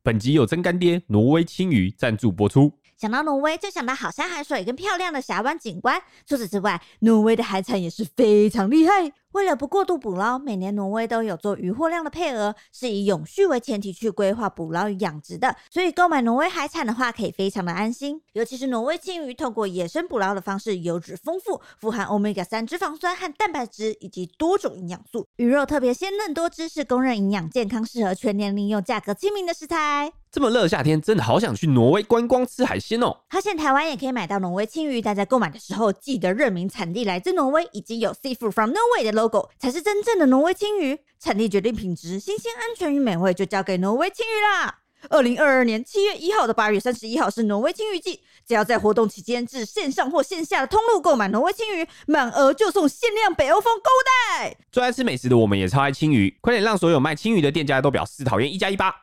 本集有真干爹挪威青鱼赞助播出。 想到挪威就想到好山好水跟漂亮的峡湾景观，除此之外，挪威的海产也是非常厉害。为了不过度捕捞，每年挪威都有做渔获量的配额，是以永续为前提去规划捕捞与养殖的，所以购买挪威海产的话可以非常的安心。尤其是挪威青鱼透过野生捕捞的方式，油脂丰富，富含 Omega-3 脂肪酸和蛋白质以及多种营养素，鱼肉特别鲜嫩多汁，是公认营养健康，适合全年龄用价格亲民的食材。 这么热的夏天，真的好想去挪威观光吃海鲜哦。 好险台湾也可以买到挪威青鱼，但在购买的时候记得认明产地来自挪威，以及有 Seafood from Norway 的 logo， 才是真正的挪威青鱼。产地决定品质，新鲜、安全与美味就交给挪威青鱼啦。2022年7月1号到8月31号是挪威青鱼季，只要在活动期间至线上或线下的通路购买挪威青鱼，满额就送限量北欧风购物袋。 最爱吃美食的我们也超爱青鱼，快点让所有卖青鱼的店家都表示讨厌1+1吧。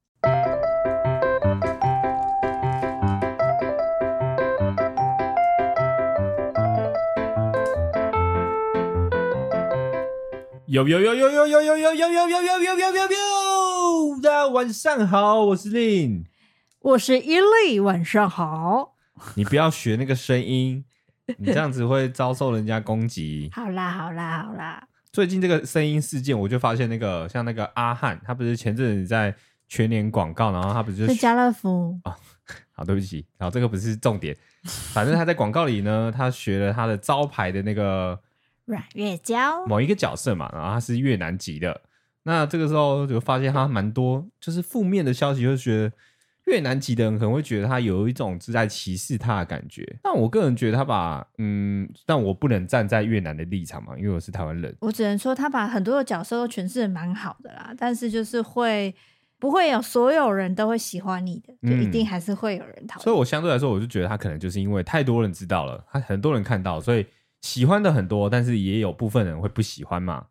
呦呦呦呦呦呦呦呦呦呦呦呦呦呦呦呦！大家晚上好，我是Lin， 我是伊利，晚上好。 你不要学那个声音，你这样子会遭受人家攻击。 好啦好啦好啦， 最近这个声音事件，我就发现那个像那个阿汉，他不是前阵子在全联广告，然后他不是就是家乐福哦，好，对不起，好，这个不是重点，反正他在广告里呢，他学了他的招牌的那个软月娇某一个角色嘛，然后他是越南籍的。那这个时候就发现他蛮多就是负面的消息，就是觉得越南籍的人可能会觉得他有一种是在歧视他的感觉。但我个人觉得他把但我不能站在越南的立场嘛，因为我是台湾人。 我只能说他把很多的角色都诠释的蛮好的啦，但是就是不会有所有人都会喜欢你的，就一定还是会有人讨厌。 所以我相对来说，我就觉得他可能就是因为太多人知道了，他很多人看到，所以喜欢的很多，但是也有部分人会不喜欢嘛。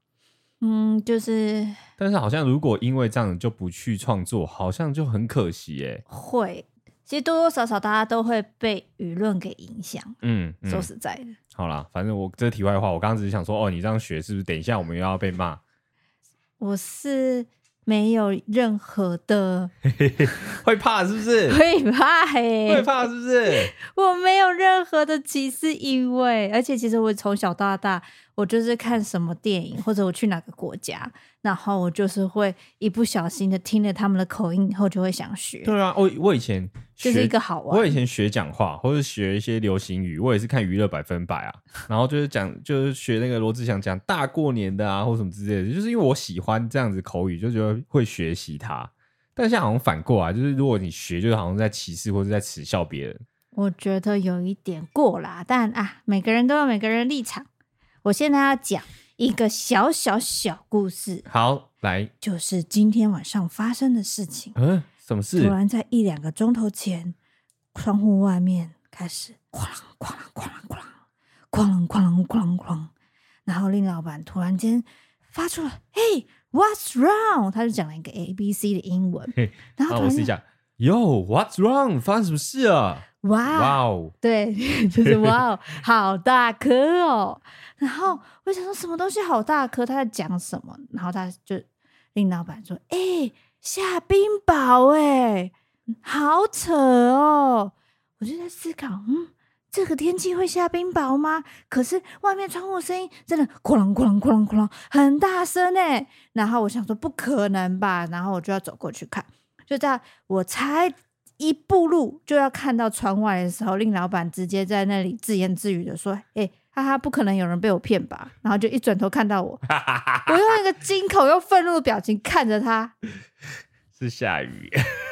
但是好像如果因为这样就不去创作，好像就很可惜耶。 会，其实多多少少大家都会被舆论给影响。说实在的， 好啦，反正我这题外话，我刚刚只是想说，你这样学是不是等一下我们又要被骂？ 我是没有任何的会怕是不是？ 会怕会怕是不是？ 我没有任何的歧视意味，而且其实我从小到大，我就是看什么电影或者我去哪个国家，然后我就是会一不小心的听了他们的口音以后就会想学。 对啊，我以前就是一个好玩。 我以前学讲话或者学一些流行语，我也是看娱乐100%啊，然后就是学那个罗志祥讲大过年的啊或什么之类的，就是因为我喜欢这样子口语，就觉得会学习它。但现在好像反过来，就是如果你学，就好像在歧视或者在耻笑别人。 我觉得有一点过啦，但每个人都有每个人的立场。我现在要讲一个小故事。 好，来， 就是今天晚上发生的事情。 什么事？ 突然在1-2个钟头前，窗户外面开始哐啷哐啷哐啷哐啷哐啷哐啷哐啷哐啷，然后令老板突然间发出了 "Hey, what's wrong?" 他就讲了一个 ABC 的英文，然后我试一下 "Yo, what's wrong?" 发生什么事啊？哇哦， 对，就是哇哦，好大颗哦。然后我想说什么东西好大颗，他在讲什么？然后他就令老板说：“下冰雹好扯哦。”我就在思考，这个天气会下冰雹吗？可是外面窗户声音真的哐啷哐啷哐啷哐啷很大声然后我想说不可能吧，然后我就要走过去看，就这样我才一步路就要看到窗外的时候，令老板直接在那里自言自语的说：“哈哈，不可能有人被我骗吧？”然后就一转头看到我，我用一个惊恐又愤怒的表情看着他， 是下雨。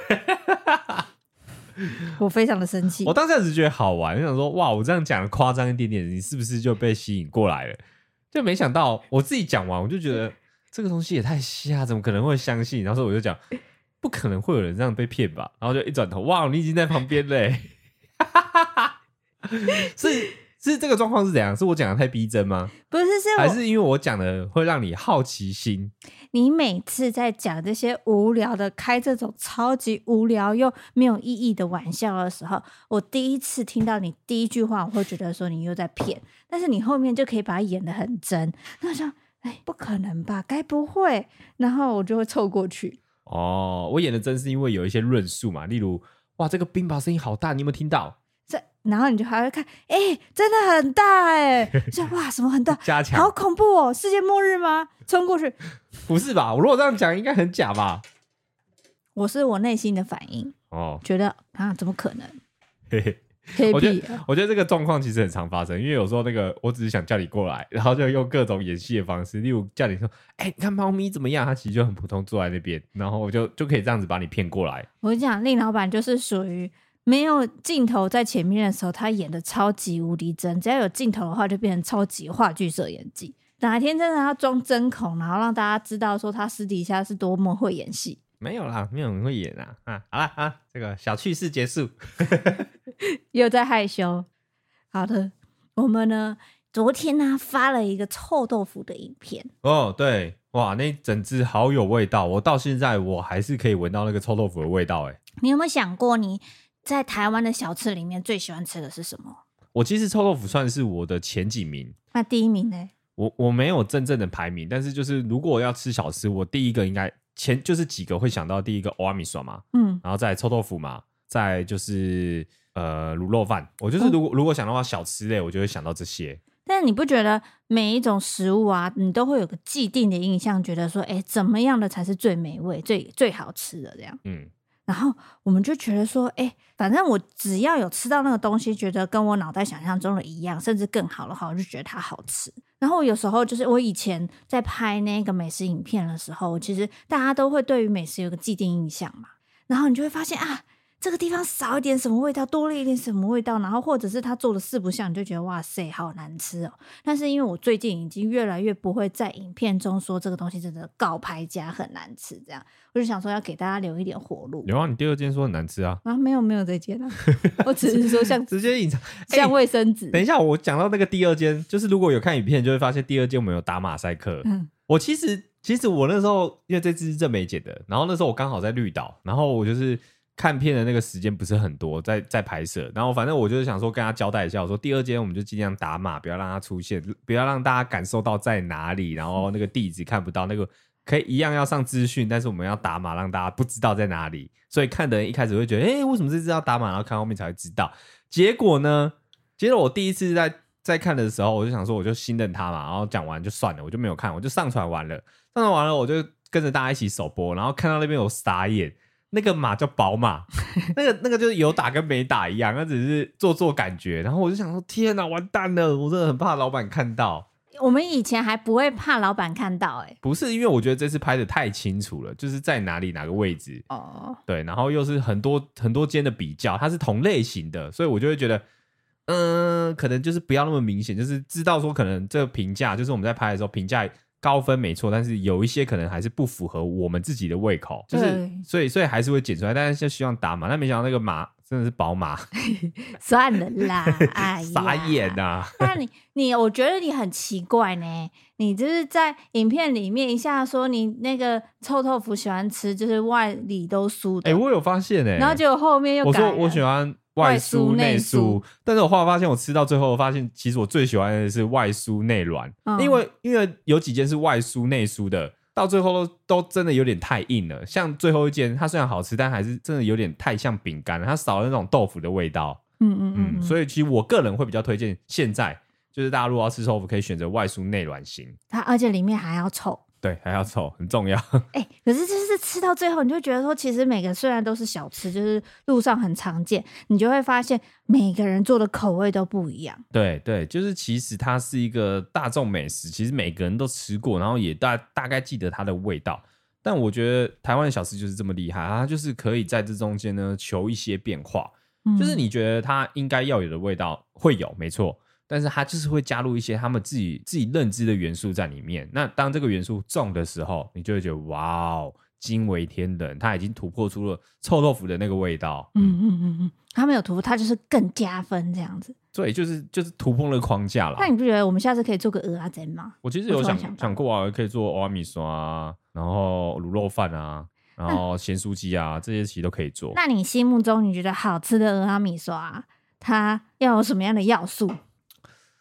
我非常的生气。 我当时只觉得好玩，就想说哇，我这样讲夸张一点点，你是不是就被吸引过来了？就没想到我自己讲完，我就觉得这个东西也太瞎，怎么可能会相信？然后我就讲。不可能会有人这样被骗吧？然后就一转头，哇，你已经在旁边嘞！是这个状况是怎样？是我讲的太逼真吗？ 不是， 还是因为我讲的会让你好奇心？ 你每次在讲这些无聊的、开这种超级无聊又没有意义的玩笑的时候，我第一次听到你第一句话，我会觉得说你又在骗，但是你后面就可以把它演得很真。那我想，不可能吧？该不会？然后我就会凑过去。 哦，我演的真是因为有一些论述嘛，例如哇，这个冰雹声音好大，你有没有听到？ 然后你就还会看，真的很大就哇，什么很大， 加强， 好恐怖哦！世界末日吗？冲过去， 不是吧？我如果这样讲，应该很假吧？ 我是我内心的反应，觉得怎么可能？ 嘿嘿。我觉得这个状况其实很常发生，因为有时候那个我只是想叫你过来，然后就用各种演戏的方式，例如叫你说，你看猫咪怎么样？它其实就很普通坐在那边，然后我就可以这样子把你骗过来。 我跟你讲，令老板就是属于没有镜头在前面的时候，他演的超级无敌真；只要有镜头的话，就变成超级话剧社演技。哪一天真的要装针孔，然后让大家知道说他私底下是多么会演戏。 没有啦，没有人会演啊！好啦啊，这个小趣事结束。 又在害羞。好的，我们呢昨天呢发了一个臭豆腐的影片。 哦，对，哇，那整只好有味道，我到现在我还是可以闻到那个臭豆腐的味道。 你有没有想过你在台湾的小吃里面最喜欢吃的是什么？ 我其实臭豆腐算是我的前几名。 那第一名呢？ 我没有真正的排名，但是就是如果要吃小吃，我第一个应该就是几个会想到，第一个蚵仔米线嘛，然后再臭豆腐嘛，再就是卤肉饭。我就是如果想到小吃类，我就会想到这些。 但是你不觉得每一种食物啊，你都会有个既定的印象，觉得说，怎么样的才是最美味、最好吃的这样？然后我们就觉得说，反正我只要有吃到那个东西，觉得跟我脑袋想象中的一样，甚至更好的话，我就觉得它好吃。然后有时候就是我以前在拍那个美食影片的时候，其实大家都会对于美食有个既定印象嘛，然后你就会发现这个地方少一点什么味道，多了一点什么味道，然后或者是他做的四不像，你就觉得哇塞好难吃哦。但是因为我最近已经越来越不会在影片中说这个东西真的告拍家很难吃，这样我就想说要给大家留一点活路。 有啊，你第二间说很难吃啊？ 没有这间我只是说像直接隐藏像卫生纸。 等一下，我讲到那个第二间，就是如果有看影片就会发现第二间我们有打马赛克。我其实我那时候因为这支是正美剪的，然后那时候我刚好在绿岛，然后我就是看片的那个时间不是很多，在拍摄，然后反正我就是想说跟他交代一下，我说第二间我们就尽量打码，不要让它出现，不要让大家感受到在哪里，然后那个地址看不到，那个可以一样要上资讯，但是我们要打码让大家不知道在哪里，所以看的人一开始会觉得为什么这支要打码，然后看后面才会知道。结果我第一次在看的时候，我就想说我就信任他嘛，然后讲完就算了，我就没有看，我就上传完了我就跟着大家一起首播，然后看到那边有傻眼，那个码叫宝马那个就是有打跟没打一样，那只是做感觉，然后我就想说天哪完蛋了，我真的很怕老板看到。 我们以前还不会怕老板看到不是，因为我觉得这次拍的太清楚了，就是在哪个位置对，然后又是很多间的比较，它是同类型的，所以我就会觉得可能就是不要那么明显，就是知道说可能这个评价就是我们在拍的时候评价高分没错，但是有一些可能还是不符合我们自己的胃口，就是所以还是会剪出来，但是就希望打码，但没想到那个码真的是宝马算了啦傻眼啊。 那我觉得你很奇怪呢，你就是在影片里面一下说你那个臭豆腐喜欢吃就是外里都酥的我有发现然后结果后面又改了， 我说我喜欢外酥内酥，但是我后来发现我吃到最后发现其实我最喜欢的是外酥内软，因为有几间是外酥内酥的，到最后都真的有点太硬了，像最后一间它虽然好吃，但还是真的有点太像饼干了，它少了那种豆腐的味道。所以其实我个人会比较推荐现在就是大家如果要吃豆腐可以选择外酥内软型， 它而且里面还要臭， 对，还要臭，很重要。 可是就是吃到最后，你就觉得说，其实每个虽然都是小吃，就是路上很常见，你就会发现每个人做的口味都不一样。 对对，就是其实它是一个大众美食，其实每个人都吃过，然后也大概记得它的味道。但我觉得台湾的小吃就是这么厉害，它就是可以在这中间呢求一些变化，就是你觉得它应该要有的味道会有，没错。但是它就是会加入一些他们自己认知的元素在里面。那当这个元素重的时候，你就会觉得哇哦，惊为天人，它已经突破出了臭豆腐的那个味道。 它没有突破，它就是更加分这样子。 对，就是突破了框架了。 那你不觉得我们下次可以做个蚵仔煎吗？ 我其实有想过啊，可以做蚵仔米线啊，然后卤肉饭啊，然后咸酥鸡啊，这些其实都可以做。 那你心目中你觉得好吃的蚵仔米线啊，它要有什么样的要素？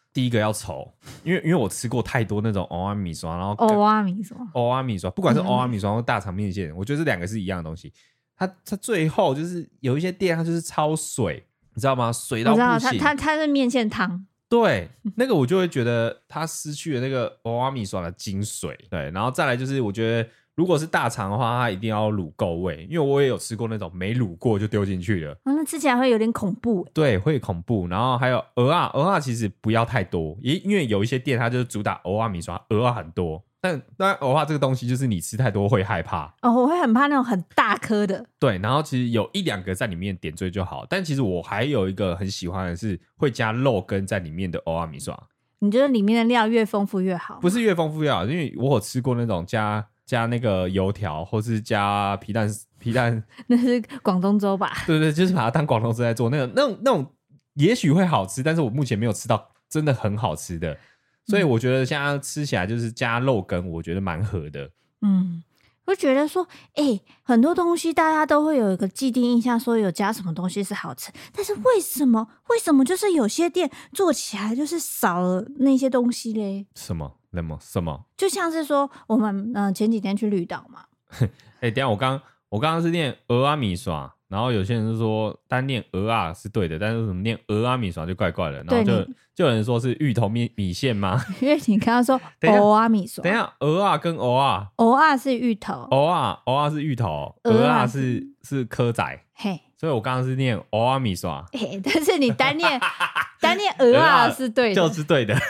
第一个要稠，因为我吃过太多那种欧阿米刷，然后欧阿米刷， 欧阿米刷，不管是欧阿米刷或大肠面线，我觉得这两个是一样的东西。它最后就是有一些店，它就是超水，你知道吗？水到我知道不行。 它是面线汤。 对，那个我就会觉得它失去了那个欧阿米刷的精髓。对，然后再来就是我觉得。如果是大肠的话，它一定要卤够味，因为我也有吃过那种没卤过就丢进去的， 那吃起来会有点恐怖。 对，会恐怖。然后还有鹅啊其实不要太多，因为有一些店它就是主打鹅啊米刷，鹅啊很多，但当然鹅啊这个东西就是你吃太多会害怕哦，我会很怕那种很大颗的。 对，然后其实有一两个在里面点缀就好，但其实我还有一个很喜欢的是会加肉羹在里面的鹅啊米刷。 你觉得里面的料越丰富越好？ 不是越丰富越好，因为我有吃过那种加那个油条，或是加皮蛋， 那是广东粥吧？ 对对，就是把它当广东粥在做，那种也许会好吃，但是我目前没有吃到真的很好吃的，所以我觉得现在吃起来就是加肉羹，我觉得蛮合的。 我觉得说，很多东西大家都会有一个既定印象，说有加什么东西是好吃，但是为什么就是有些店做起来就是少了那些东西嘞？ 什么？ 就像是说我们前几天去绿岛嘛， 等一下我刚刚是念鹅阿米刷，然后有些人就说单念鹅啊是对的，但是怎么念鹅阿米刷就怪怪的，然后就有人说是芋头米线吗？ 因为你刚刚说欧阿米刷， 等一下鹅啊跟欧啊是芋头， 欧啊是芋头，鹅啊是蚵仔， 嘿， 所以我刚刚是念欧阿米刷， 但是你单念鹅啊是对的， 就是对的。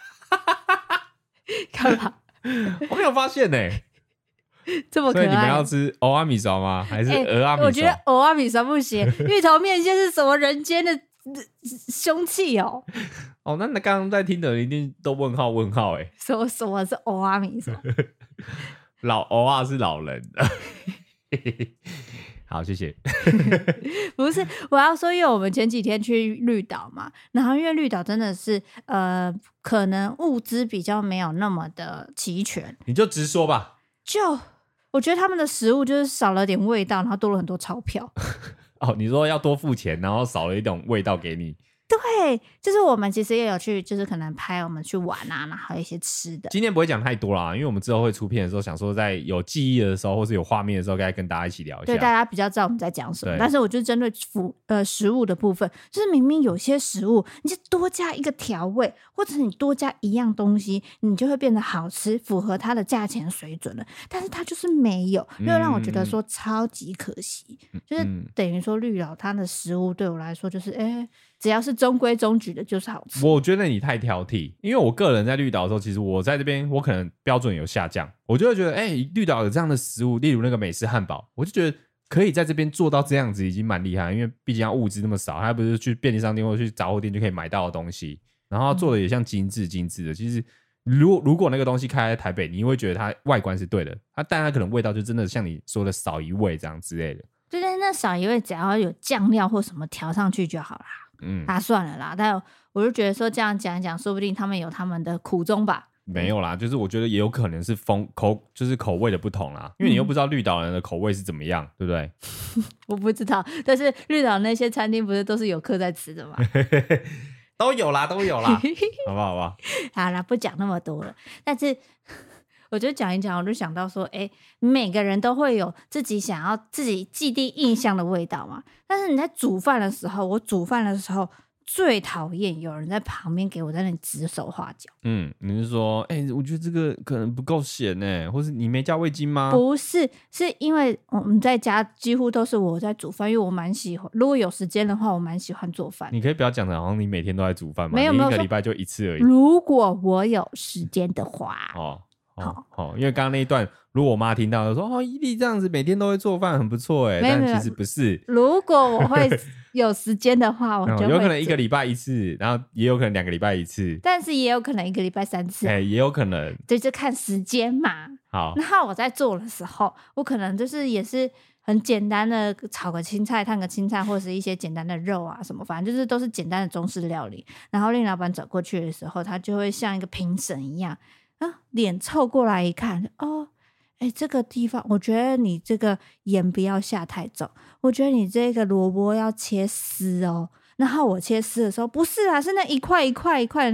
干嘛？ 我没有发现呢、 这么可爱。 所以你们要吃欧阿米刷吗？还是鹅阿米刷？ 我觉得欧阿米刷不行，芋头面线是什么人间的凶器哦？ 哦，那刚刚在听的人一定都问号哎、 什么是欧阿米刷？ 老欧啊是老人。好，谢谢。 不是，我要说，因为我们前几天去绿岛嘛，然后因为绿岛真的是可能物资比较没有那么的齐全， 你就直说吧。 就我觉得他们的食物就是少了点味道，然后多了很多钞票。 哦，你说要多付钱，然后少了一种味道给你。 对，就是我们其实也有去，就是可能拍我们去玩啊，然后还有一些吃的。 今天不会讲太多啦，因为我们之后会出片的时候，想说在有记忆的时候，或是有画面的时候，该跟大家一起聊一下。 对，大家比较知道我们在讲什么。 对但是我就针对食物的部分，就是明明有些食物，你就多加一个调味，或者你多加一样东西，你就会变得好吃，符合它的价钱水准了。但是它就是没有，又让我觉得说超级可惜。就是等于说绿岛它的食物对我来说就是只要是中规中矩的，就是好吃。 我觉得你太挑剔，因为我个人在绿岛的时候，其实我在这边，我可能标准有下降，我就会觉得，绿岛有这样的食物，例如那个美式汉堡，我就觉得可以在这边做到这样子，已经蛮厉害，因为毕竟它物资那么少，它不是去便利商店或去杂货店就可以买到的东西，然后做的也像精致的。其实如果那个东西开在台北，你会觉得它外观是对的，但它可能味道就真的像你说的少一味这样之类的。 对，那少一味，只要有酱料或什么调上去就好啦。算了啦，但我就觉得说这样讲一讲，说不定他们有他们的苦衷吧。 没有啦，就是我觉得也有可能是就是口味的不同啦，因为你又不知道绿岛人的口味是怎么样，对不对？ 我不知道，但是绿岛那些餐厅不是都是有客在吃的吗？ 都有啦，好不好？ 好啦，不讲那么多了。但是我就讲一讲，我就想到说，每个人都会有自己想要自己既定印象的味道嘛。但是你在煮饭的时候，我煮饭的时候最讨厌有人在旁边给我在那里指手画脚。 你是说，我觉得这个可能不够咸呢，或是你没加味精吗？ 不是，是因为我们在家几乎都是我在煮饭，因为我蛮喜欢，如果有时间的话，我蛮喜欢做饭。 你可以不要讲的好像你每天都在煮饭吗？ 没有， 你一个礼拜就一次而已。 如果我有时间的话， 好，因为刚刚那一段，如果我妈听到就说伊利这样子每天都会做饭很不错但其实不是。 如果我会有时间的话，我就会有可能一个礼拜一次，然后也有可能2个礼拜一次， 但是也有可能1个礼拜3次， 也有可能， 对，就看时间嘛。 好， 然后我在做的时候，我可能就是也是很简单的炒个青菜、烫个青菜，或者是一些简单的肉啊什么，反正就是都是简单的中式料理。然后令老板走过去的时候，他就会像一个评审一样。脸凑过来一看，这个地方我觉得你这个盐不要下太重，我觉得你这个萝卜要切丝哦。然后我切丝的时候，不是啊，是那一块一块一块的那种，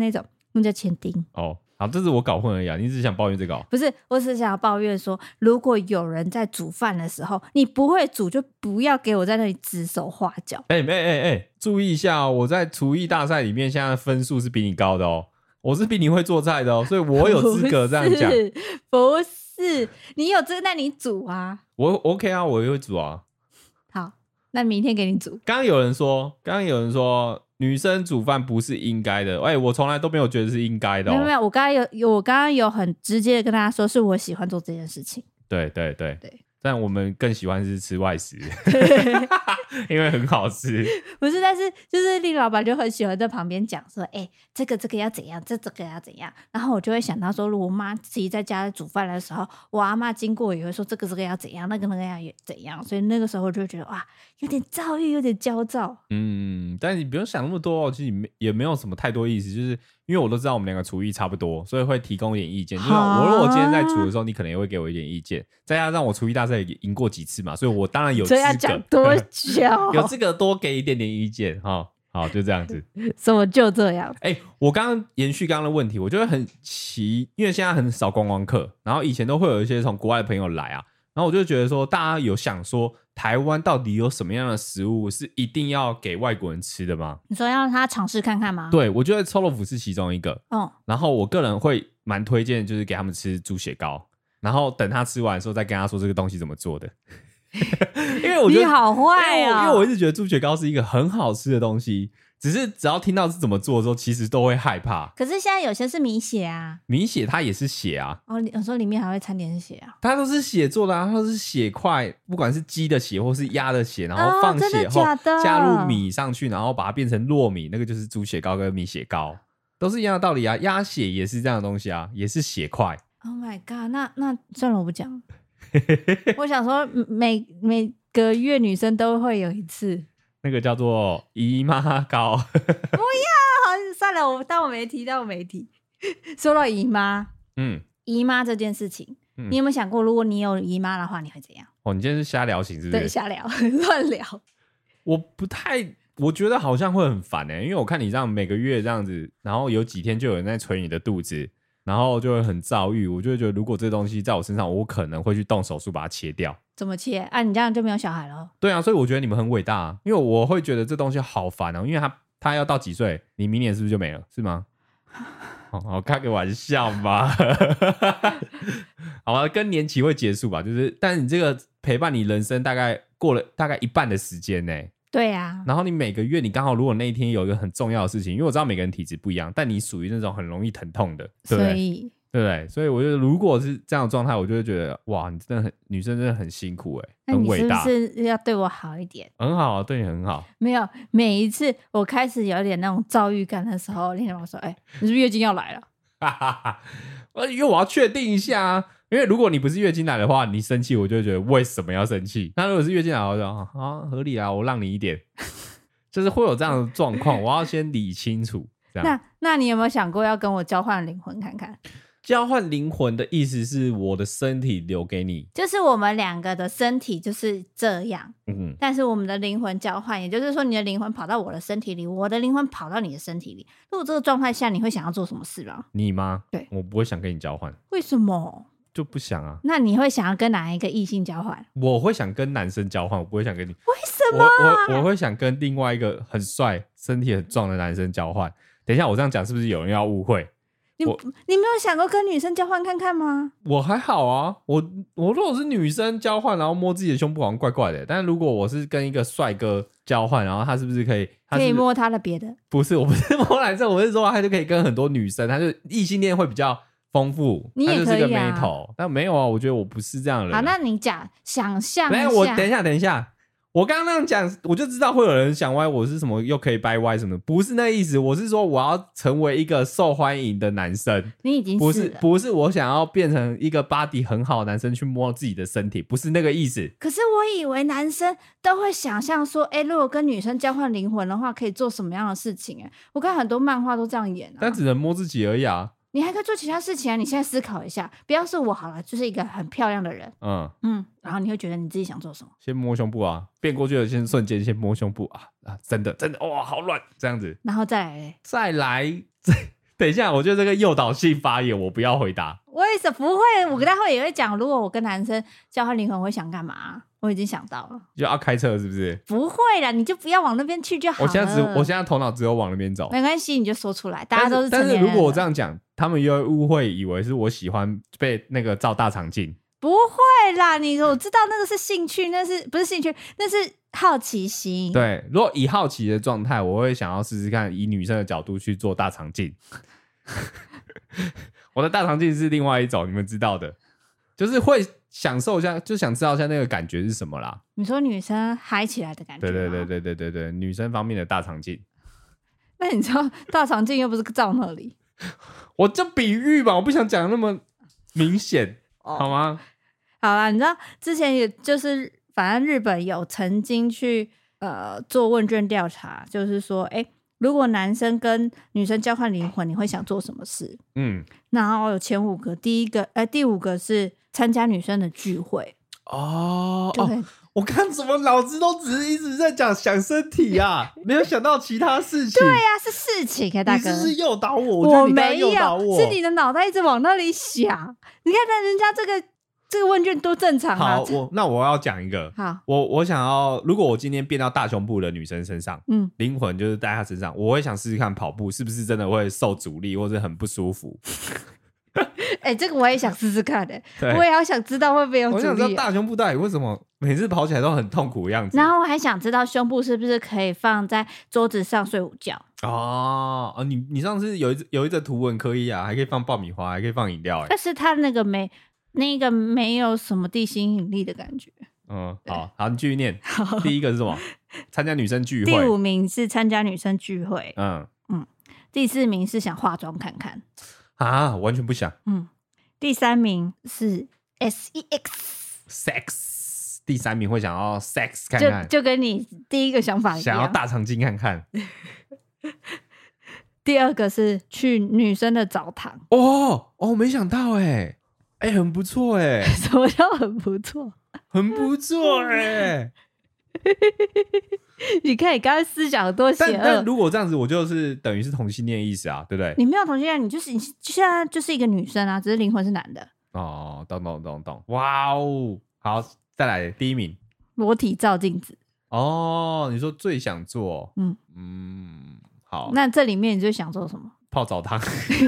那叫前丁。 哦，好，这是我搞混而已啊，你只是想抱怨这个哦。 不是，我只是想要抱怨说，如果有人在煮饭的时候，你不会煮，就不要给我在那里指手画脚。 注意一下哦，我在厨艺大赛里面现在分数是比你高的哦，我是比你会做菜的哦，所以我有资格这样讲。 不是，你有这，那你煮啊。 我 OK 啊，我也会煮啊。 好，那明天给你煮。 刚刚有人说女生煮饭不是应该的，我从来都没有觉得是应该的哦。 没有，我刚刚有很直接的跟大家说，是我喜欢做这件事情。 对，但我们更喜欢是吃外食，因为很好吃。 不是，但是就是令老板就很喜欢在旁边讲说，这个要怎样，这个要怎样，然后我就会想到说，如果我妈自己在家煮饭的时候，我阿嬷经过也会说这个要怎样，那个要怎样，所以那个时候我就会觉得哇，有点躁郁，有点焦躁。 但你不用想那么多哦，其实也没有什么太多意思，就是因为我都知道我们两个厨艺差不多，所以会提供一点意见。就是我如果今天在煮的时候，你可能也会给我一点意见，再加上我厨艺大赛也赢过几次嘛，所以我当然有资格。 这要讲多久？ 有资格多给一点点意见哈。好，就这样子。 什么就这样？ 我刚刚延续刚刚的问题，我觉得很因为现在很少观光客，然后以前都会有一些从国外的朋友来啊，然后我就觉得说，大家有想说台湾到底有什么样的食物是一定要给外国人吃的吗？ 你说要让他尝试看看吗？ 对，我觉得臭豆腐是其中一个。然后我个人会蛮推荐，就是给他们吃猪血糕，然后等他吃完的时候再跟他说这个东西怎么做的。因为我觉得你好坏啊！ 因为我一直觉得猪血糕是一个很好吃的东西，只要听到是怎么做的时候，其实都会害怕。 可是现在有些是米血啊， 米血它也是血啊。 有时候里面还会掺点血啊。 它都是血做的啊，它都是血块，不管是鸡的血或是鸭的血，然后放血后加入米上去，然后把它变成糯米，那个就是猪血糕跟米血糕，都是一样的道理啊。鸭血也是这样的东西啊，也是血块。 Oh my god， 那算了，我不讲。我想说每个月女生都会有一次， 那个叫做姨妈糕。 不要，算了，我当我没提。说到姨妈，姨妈这件事情，你有没有想过，如果你有姨妈的话，你会怎样？ 你今天是瞎聊型是不是？ 对，瞎聊，乱聊。 我觉得好像会很烦因为我看你这样每个月这样子，然后有几天就有人在捶你的肚子。然后就会很躁郁，我就会觉得如果这东西在我身上，我可能会去动手术把它切掉。 怎么切啊？你这样就没有小孩了？ 对啊，所以我觉得你们很伟大啊，因为我会觉得这东西好烦因为他要到几岁，你明年是不是就没了？是吗？开个玩笑嘛。好吧，更年期会结束吧，但是你这个陪伴你人生过了大概一半的时间呢。 对啊， 然后你每个月你刚好如果那一天有一个很重要的事情，因为我知道每个人体质不一样，但你属于那种很容易疼痛的，对不对？对不对？所以我觉得如果是这样的状态，我就会觉得哇，你真的女生真的很辛苦很伟大。 那你是不是要对我好一点？ 很好啊，对你很好。 没有，每一次我开始有点那种躁郁感的时候，林老师说：“你是不是月经要来了？” 因为我要确定一下啊。因为如果你不是月经来的话，你生气我就会觉得为什么要生气？那如果是月经来，我就合理啊，我让你一点。就是会有这样的状况，我要先理清楚。这样那你有没有想过要跟我交换灵魂看看？ 交换灵魂的意思是我的身体留给你， 就是我们两个的身体就是这样，但是我们的灵魂交换，也就是说你的灵魂跑到我的身体里，我的灵魂跑到你的身体里。如果这个状态下，你会想要做什么事吗？ 你吗？ 对， 我不会想跟你交换。 为什么？ 就不想啊。 那你会想要跟哪一个异性交换？ 我会想跟男生交换，我不会想跟你。 为什么？ 我会想跟另外一个很帅、身体很壮的男生交换。等一下，我这样讲是不是有人要误会？ 你没有想过跟女生交换看看吗？ 我还好啊，我如果是女生交换，然后摸自己的胸部，好像怪怪的。但是如果我是跟一个帅哥交换，然后他是不是可以？ 可以摸他的别的？ 不是，我不是摸男生，我是说他就可以跟很多女生，他就异性恋会比较丰富。 你也可以啊， 他就是个妹头，但没有啊，我觉得我不是这样的人。 好，那你想象一下。 我等一下。我刚刚那样讲，我就知道会有人想歪我是什么又可以掰歪什么，不是那意思。我是说我要成为一个受欢迎的男生。 你已经不是我想要变成一个 body 很好的男生去摸自己的身体，不是那个意思。 可是我以为男生都会想象说，如果跟女生交换灵魂的话，可以做什么样的事情？我看很多漫画都这样演但只能摸自己而已啊。 你还可以做其他事情啊！你现在思考一下，不要是我好了，就是一个很漂亮的人，然后你会觉得你自己想做什么？ 先摸胸部啊，变过去的瞬间先摸胸部啊，真的哇，好软这样子， 然后再来等一下，我觉得这个诱导性发言我不要回答。 为什么不会？我待会也会讲，如果我跟男生交换灵魂，我会想干嘛？我已经想到了， 就要开车是不是？ 不会啦，你就不要往那边去就好了。 我现在头脑只有往那边走， 没关系，你就说出来，大家都是成但年人了。 是如果我这样讲，他们又会误会以为是我喜欢被那个照大肠镜。 不会啦，我知道那个是兴趣，不是兴趣，那是好奇心。 对，如果以好奇的状态，我会想要试试看，以女生的角度去做大肠镜。我的大肠镜是另外一种，你们知道的，就是会享受一下，就想知道一下那个感觉是什么啦。 你说女生嗨起来的感觉吗？ 对，女生方面的大肠镜。 那你知道大肠镜又不是照那里？ 我就比喻嘛，我不想讲那么明显，好吗？ 好啦，你知道之前也就是反正日本有曾经去做问卷调查，就是说，如果男生跟女生交换灵魂，你会想做什么事？然后有前5个，第5个是参加女生的聚会。对， 我看怎么脑子都只是一直在讲想身体啊，没有想到其他事情。 对呀，是事情大哥。 你是不是诱导我？ 我没有， 是你的脑袋一直往那里想。你看，人家这个问卷多正常啊。 好，那我要讲一个。 好， 我想要，如果我今天变到大胸部的女生身上，灵魂就是在她身上，我会想试试看跑步是不是真的会受阻力，或者很不舒服。 这个我也想试试看我也好想知道会不会有阻力。 我想知道大胸部到底为什么每次跑起来都很痛苦的样子。 然后我还想知道胸部是不是可以放在桌子上睡午觉。 你上次有一则图文可以啊，还可以放爆米花，还可以放饮料。 但是它那个没有什么地心引力的感觉。 好，你继续念。第一个是什么？参加女生聚会。 第5名是参加女生聚会。第4名是想化妆看看。 完全不想。 第3名是 sex。 第3名会想要 sex 看看， 就跟你第一个想法一样， 想要大肠镜看看。 第2个是去女生的澡堂。 没想到很不错什么叫很不错？ 很不错你看你刚才思想有多邪恶。 但如果这样子，我就是等于是同性恋意思啊，对不对？ 你没有同性恋，你现在就是一个女生啊，只是灵魂是男的。 懂。哇哦，好，再来第1名， 裸体照镜子。 你说最想做，好， 那这里面你最想做什么？ 泡澡堂。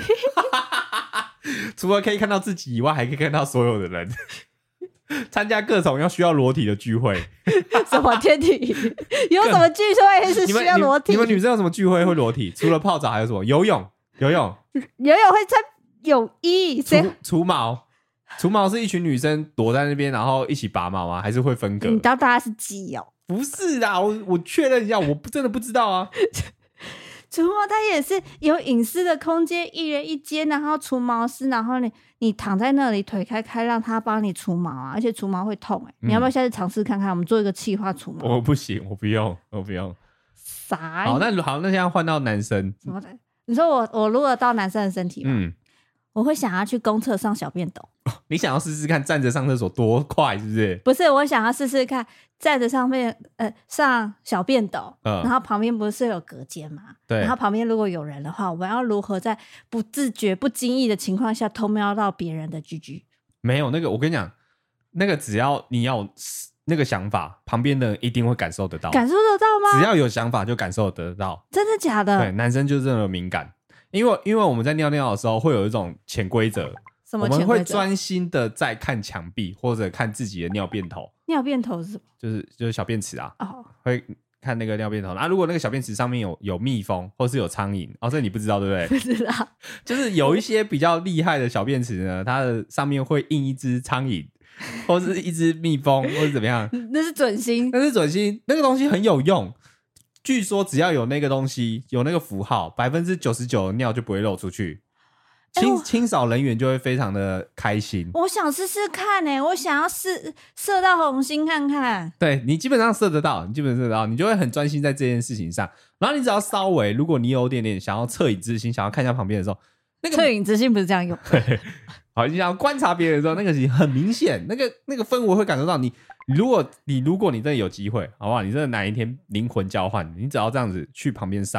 除了可以看到自己以外，还可以看到所有的人。参加各种需要裸体的聚会。 什么天体？有什么聚会是需要裸体？ 你们女生有什么聚会会裸体？除了泡澡还有什么？游泳会穿泳衣。 除毛是一群女生躲在那边，然后一起拔毛吗？还是会分隔？ 你当大家是基友？ 不是啦，我确认一下，我真的不知道啊。 除毛它也是有隐私的空间，一人一间，然后除毛师，然后你躺在那里腿开开，让他帮你除毛啊，而且除毛会痛你要不要下次尝试看看？我们做一个企划除毛。 我不行，我不用。 啥？ 好，那现在换到男生。 什么的？你说我如果到男生的身体吗？我会想要去公厕上小便斗。 你想要试试看站着上厕所多快，是不是？ 不是，我想要试试看站着上小便斗，然后旁边不是有隔间吗？ 对。 然后旁边如果有人的话，我要如何在不自觉、不经意的情况下偷瞄到别人的 GG？ 没有那个，我跟你讲，那个只要你要那个想法，旁边的人一定会感受得到。 感受得到吗？ 只要有想法就感受得到。 真的假的？ 对，男生就是这么敏感。因为我们在尿尿的时候会有一种潜规则， 什么潜规则？ 我们会专心的在看墙壁或者看自己的尿便头。 尿便头是什么？ 就是小便池啊。会看那个尿便头。如果那个小便池上面有蜜蜂或是有苍蝇，这你不知道对不对？ 不知道。 就是有一些比较厉害的小便池呢，它的上面会印一只苍蝇，或是一只蜜蜂，或是怎么样？ 那是准心。 那个东西很有用。据说只要有那个东西，有那个符号，99%的尿就不会漏出去，清扫人员就会非常的开心。 我想试试看我想要射到红心看看。 对，你基本上射得到，你就会很专心在这件事情上。然后你只要稍微，如果你有点想要恻隐之心，想要看一下旁边的时候， 恻隐之心不是这样用。 好，你想要观察别人的时候，那个很明显，那个氛围会感受到你。如果你真的有机会，好不好？你真的哪一天灵魂交换，你只要这样子去旁边上，然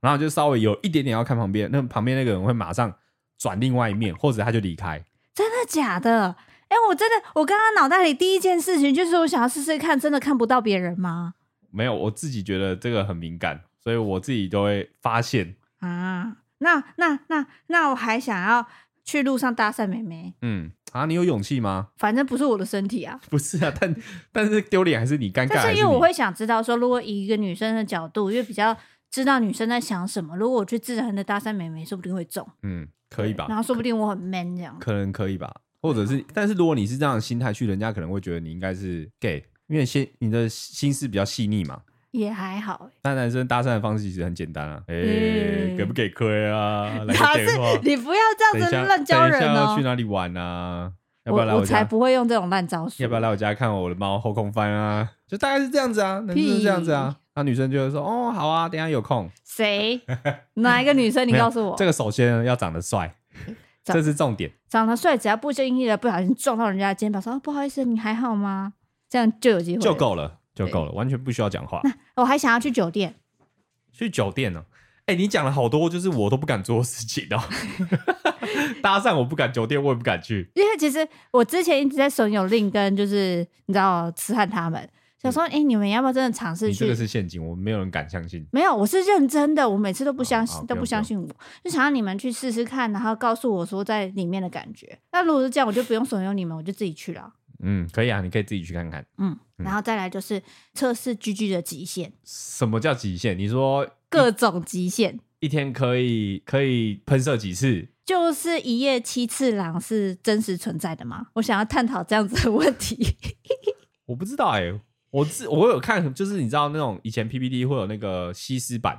然后就稍微有一点点要看旁边，那旁边那个人会马上转另外一面，或者他就离开。 真的假的？我刚刚脑袋里第一件事情就是我想要试试看，真的看不到别人吗？ 没有，我自己觉得这个很敏感，所以我自己都会发现啊。那我还想要去路上搭讪妹妹。 你有勇气吗？ 反正不是我的身体啊。 不是啊，但是丢脸还是你，尴尬还是你。 但是因为我会想知道说，如果以一个女生的角度，因为比较知道女生在想什么，如果我去自然的搭讪妹妹，说不定会中。 可以吧？ 然后说不定我很 man 这样。 可能可以吧，或者是，但是如果你是这样的心态去，人家可能会觉得你应该是 gay， 因为你的心思比较细腻嘛。 也还好。 但男生搭讪的方式其实很简单啊，给不给亏啊？来个电话， 你不要这样子乱教人哦。 等一下要去哪里玩啊？要不要来我才不会用这种烂招数。 要不要来我家看我的猫后空翻啊？就大概是这样子啊，男生是这样子啊。那女生就会说哦好啊，等一下有空。 谁？哪一个女生？你告诉我。 这个首先要长得帅，这是重点。 长得帅，只要不经意的不小心撞到人家的肩膀，说不好意思，你还好吗？这样就有机会， 就够了，完全不需要讲话。 那我还想要去酒店。 去酒店呢？你讲了好多，就是我都不敢做的事情哦。搭讪我不敢，酒店我也不敢去。 因为其实我之前一直在怂恿令跟就是你知道痴汉他们想说，你们要不要真的尝试去？ 你这个是陷阱，我们没有人敢相信。 没有，我是认真的，我每次都不相信，都不相信我， 就想让你们去试试看，然后告诉我说在里面的感觉。那如果是这样，我就不用怂恿你们，我就自己去了。 可以啊，你可以自己去看看。 然后再来就是测试GG的极限。 什么叫极限？你说各种极限， 一天可以喷射几次？ 就是一夜7次郎是真实存在的吗？我想要探讨这样子的问题。 我不知道我有看，就是你知道那种以前 PPT 会有那个西施版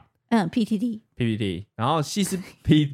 ，PPT， 然后西施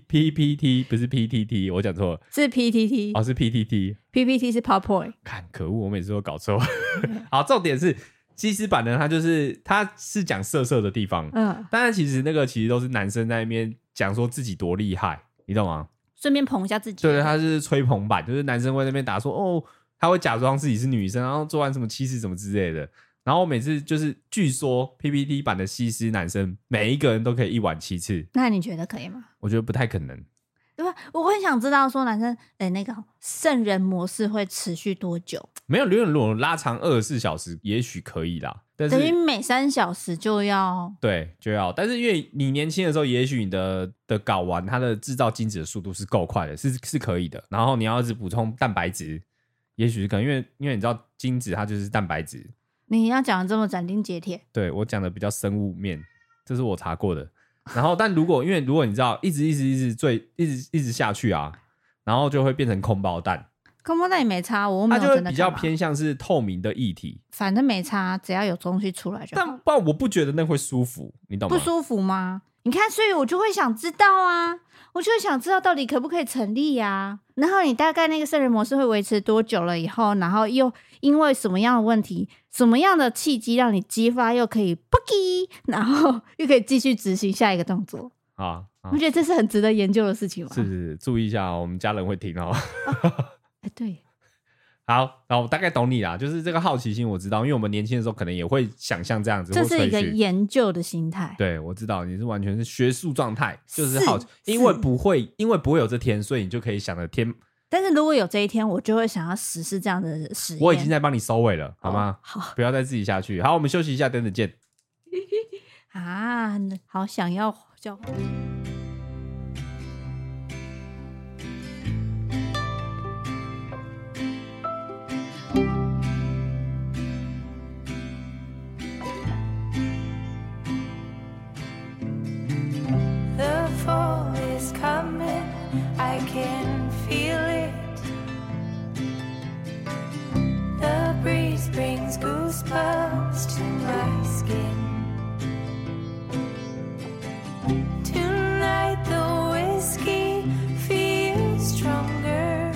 PPT 不是 PTT， 我讲错了， 是 PTT， 是 PPT 是 PowerPoint。 看可恶，我每次都搞错。好，重点是西施版呢，它是讲色的地方，但是其实那个其实都是男生在那边讲说自己多厉害，你懂吗？ 顺便捧一下自己。 对，他是吹捧版，就是男生会在那边打说哦，他会假装自己是女生，然后做完什么7次什么之类的。然后每次就是据说 PPT 版的西施男生每一个人都可以一晚7次， 那你觉得可以吗？ 我觉得不太可能。 对吧？我很想知道说男生那个圣人模式会持续多久？ 没有，如果拉长24小时也许可以啦，但是等于每3小时就要。 对，就要。但是因为你年轻的时候，也许你的睾丸它的制造精子的速度是够快的，是可以的。然后你要一直补充蛋白质，也许是可能，因为你知道精子它就是蛋白质。 你要讲的这么斩钉截铁？ 对，我讲的比较生物面，这是我查过的。然后，但如果你知道一直下去啊，然后就会变成空包蛋。 空包蛋也没差，我没有真的看。 它就会比较偏向是透明的液体， 反正没差，只要有东西出来就好。 但不然我不觉得那会舒服，你懂吗？ 不舒服吗？你看，所以我就会想知道啊，我就会想知道到底可不可以成立啊。然后你大概那个圣人模式会维持多久了以后，然后又因为什么样的问题，什么样的契机让你激发，又可以 boogie， 然后又可以继续执行下一个动作啊？我觉得这是很值得研究的事情嘛。 是，注意一下，我们家人会听哦。 对。 好，然后我大概懂你啦，就是这个好奇心我知道，因为我们年轻的时候可能也会想象这样子， 这是一个研究的心态。 对，我知道你是完全是学术状态，就是好奇，因为不会有这天，所以你就可以想的天。 但是如果有这一天，我就会想要实施这样的实验。 我已经在帮你收尾了，好吗？ 好， 不要再自己下去。好，我们休息一下，等等见。 啊，好想要叫。 Goosebumps to my skin. Tonight the whiskey feels stronger.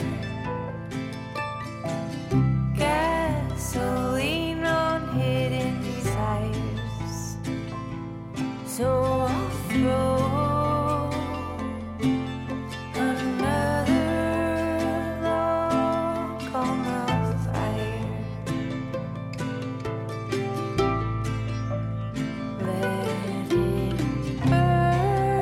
Gasoline on hidden desires. So I'll throw burn.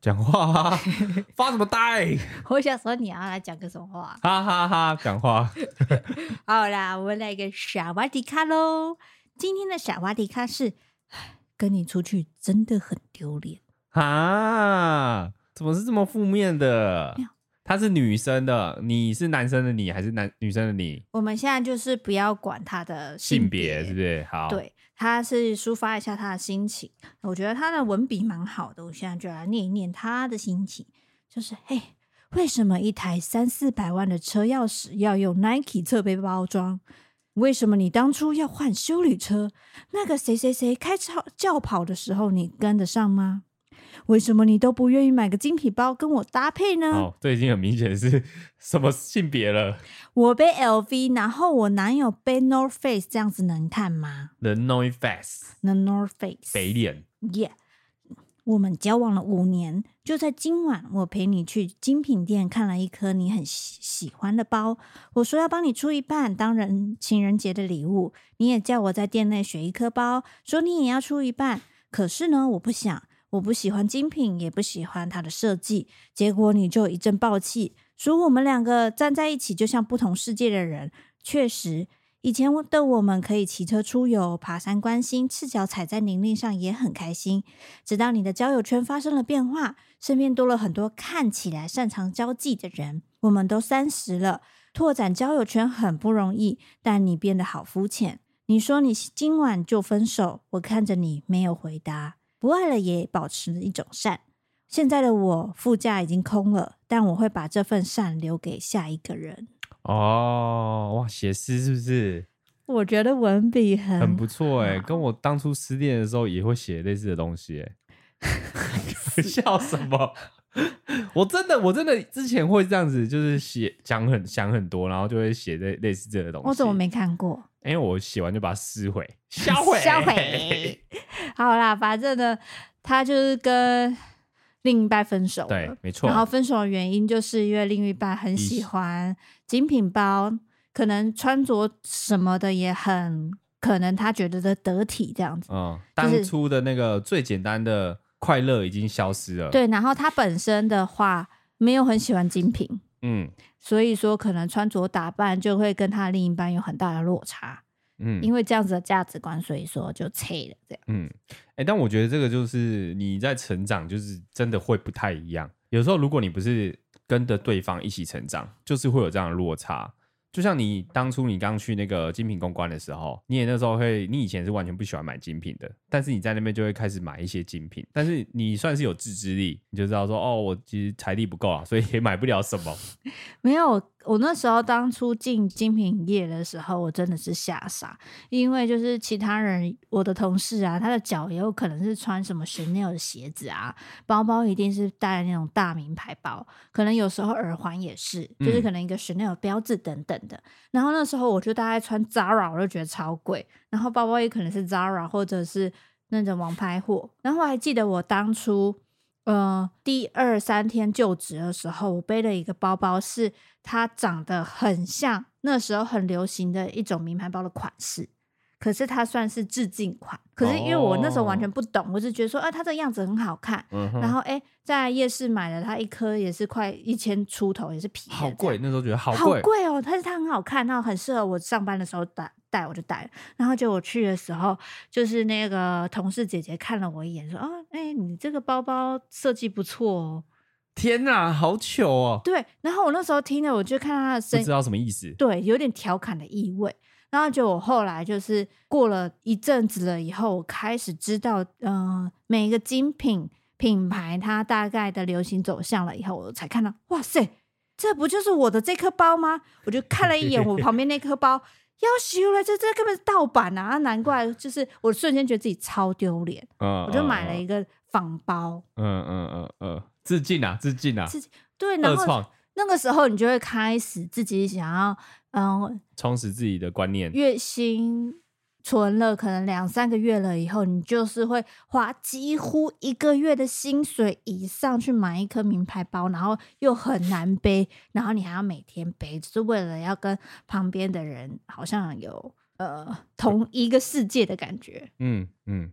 讲话啊，发什么呆？ 我想说你要来讲个什么话？ 哈哈哈，讲话。 好啦，我们来个傻瓦迪卡喽。今天的傻瓦迪卡是，跟你出去真的很丢脸啊？怎么是这么负面的？她是女生的，你是男生的你，还是女生的你？ 我们现在就是不要管他的性别， 别是不是？好， 对，他是抒发一下他的心情。我觉得他的文笔蛮好的，我现在就来念一念他的心情，就是嘿，为什么一台300-400万的车钥匙要用 Nike 侧背包装？为什么你当初要换休旅车？那个谁谁谁开轿跑的时候，你跟得上吗？为什么你都不愿意买个精品包跟我搭配呢？ 哦，这已经很明显是什么性别了。 我背 LV， 然后我男友背 North Face， 这样子能看吗 The North Face， North Face 北脸。 Yeah， 我们交往了5年，就在今晚，我陪你去精品店看了一颗你很喜欢的包。我说要帮你出一半当情人节的礼物，你也叫我在店内选一颗包，说你也要出一半。可是呢，我不想。我不喜欢精品，也不喜欢它的设计，结果你就一阵爆气，说我们两个站在一起就像不同世界的人。确实，以前的我们可以骑车出游、爬山观星，赤脚踩在泥泞上也很开心。直到你的交友圈发生了变化，身边多了很多看起来擅长交际的人。我们都30了，拓展交友圈很不容易，但你变得好肤浅。你说你今晚就分手，我看着你没有回答。不爱了也保持一种善。现在的我副驾已经空了，但我会把这份善留给下一个人。 哦，哇，写诗是不是？ 我觉得文笔很不错哎，跟我当初失恋的时候也会写类似的东西哎。笑什么？我真的之前会这样子，就是想很多，然后就会写类似这个东西。 我怎么没看过？ 因为我写完就把它撕毁、销毁。 好啦，反正呢，他就是跟另一半分手了， 对，没错。 然后分手的原因就是因为另一半很喜欢精品包，可能穿着什么的也很可能他觉得的得体这样子。 当初的那个最简单的快乐已经消失了。 对，然后他本身的话没有很喜欢精品，所以说可能穿着打扮就会跟他另一半有很大的落差。因为这样子的价值观，所以说就拆了这样。 但我觉得这个就是你在成长，就是真的会不太一样。有时候如果你不是跟着对方一起成长，就是会有这样的落差。就像你当初你刚去那个精品公关的时候，你也那时候你以前是完全不喜欢买精品的，但是你在那边就会开始买一些精品，但是你算是有自制力，你就知道说哦，我其实财力不够啊，所以也买不了什么。 没有，我那时候当初进精品业的时候，我真的是吓傻，因为就是其他人，我的同事啊，他的脚也有可能是穿什么 Chanel 的鞋子啊，包包一定是带那种大名牌包，可能有时候耳环也是，就是可能一个 Chanel 标志等等的。然后那时候我就大概穿 Zara， 我就觉得超贵，然后包包也可能是 Zara 或者是那种王牌货。然后我还记得我当初第2、3天就职的时候，我背了一个包包，是它长得很像那时候很流行的一种名牌包的款式，可是它算是致敬款。可是因为我那时候完全不懂，我是觉得说它这个样子很好看，然后在夜市买的，它一颗也是快1000出头，也是皮的， 好贵，那时候觉得好贵哦。但是它很好看，然后很适合我上班的时候带，我就带了。然后就我去的时候，就是那个同事姐姐看了我一眼，说你这个包包设计不错哦。 天哪，好糗哦。 对，然后我那时候听了，我就看到他的声音， 不知道什么意思。 对，有点调侃的意味。然后就我后来就是过了一阵子了以后，我开始知道每一个精品品牌它大概的流行走向了以后，我才看到，哇塞，这不就是我的这颗包吗？我就看了一眼我旁边那颗包，要修了，这根本是盗版啊！难怪，就是我瞬间觉得自己超丢脸，我就买了一个仿包。 致敬啊！ 对，然后那个时候你就会开始自己想要充实自己的观念。 月薪存了可能2、3个月了以后，你就是会花几乎1个月的薪水以上去买一颗名牌包，然后又很难背，然后你还要每天背，就是为了要跟旁边的人好像有同一个世界的感觉。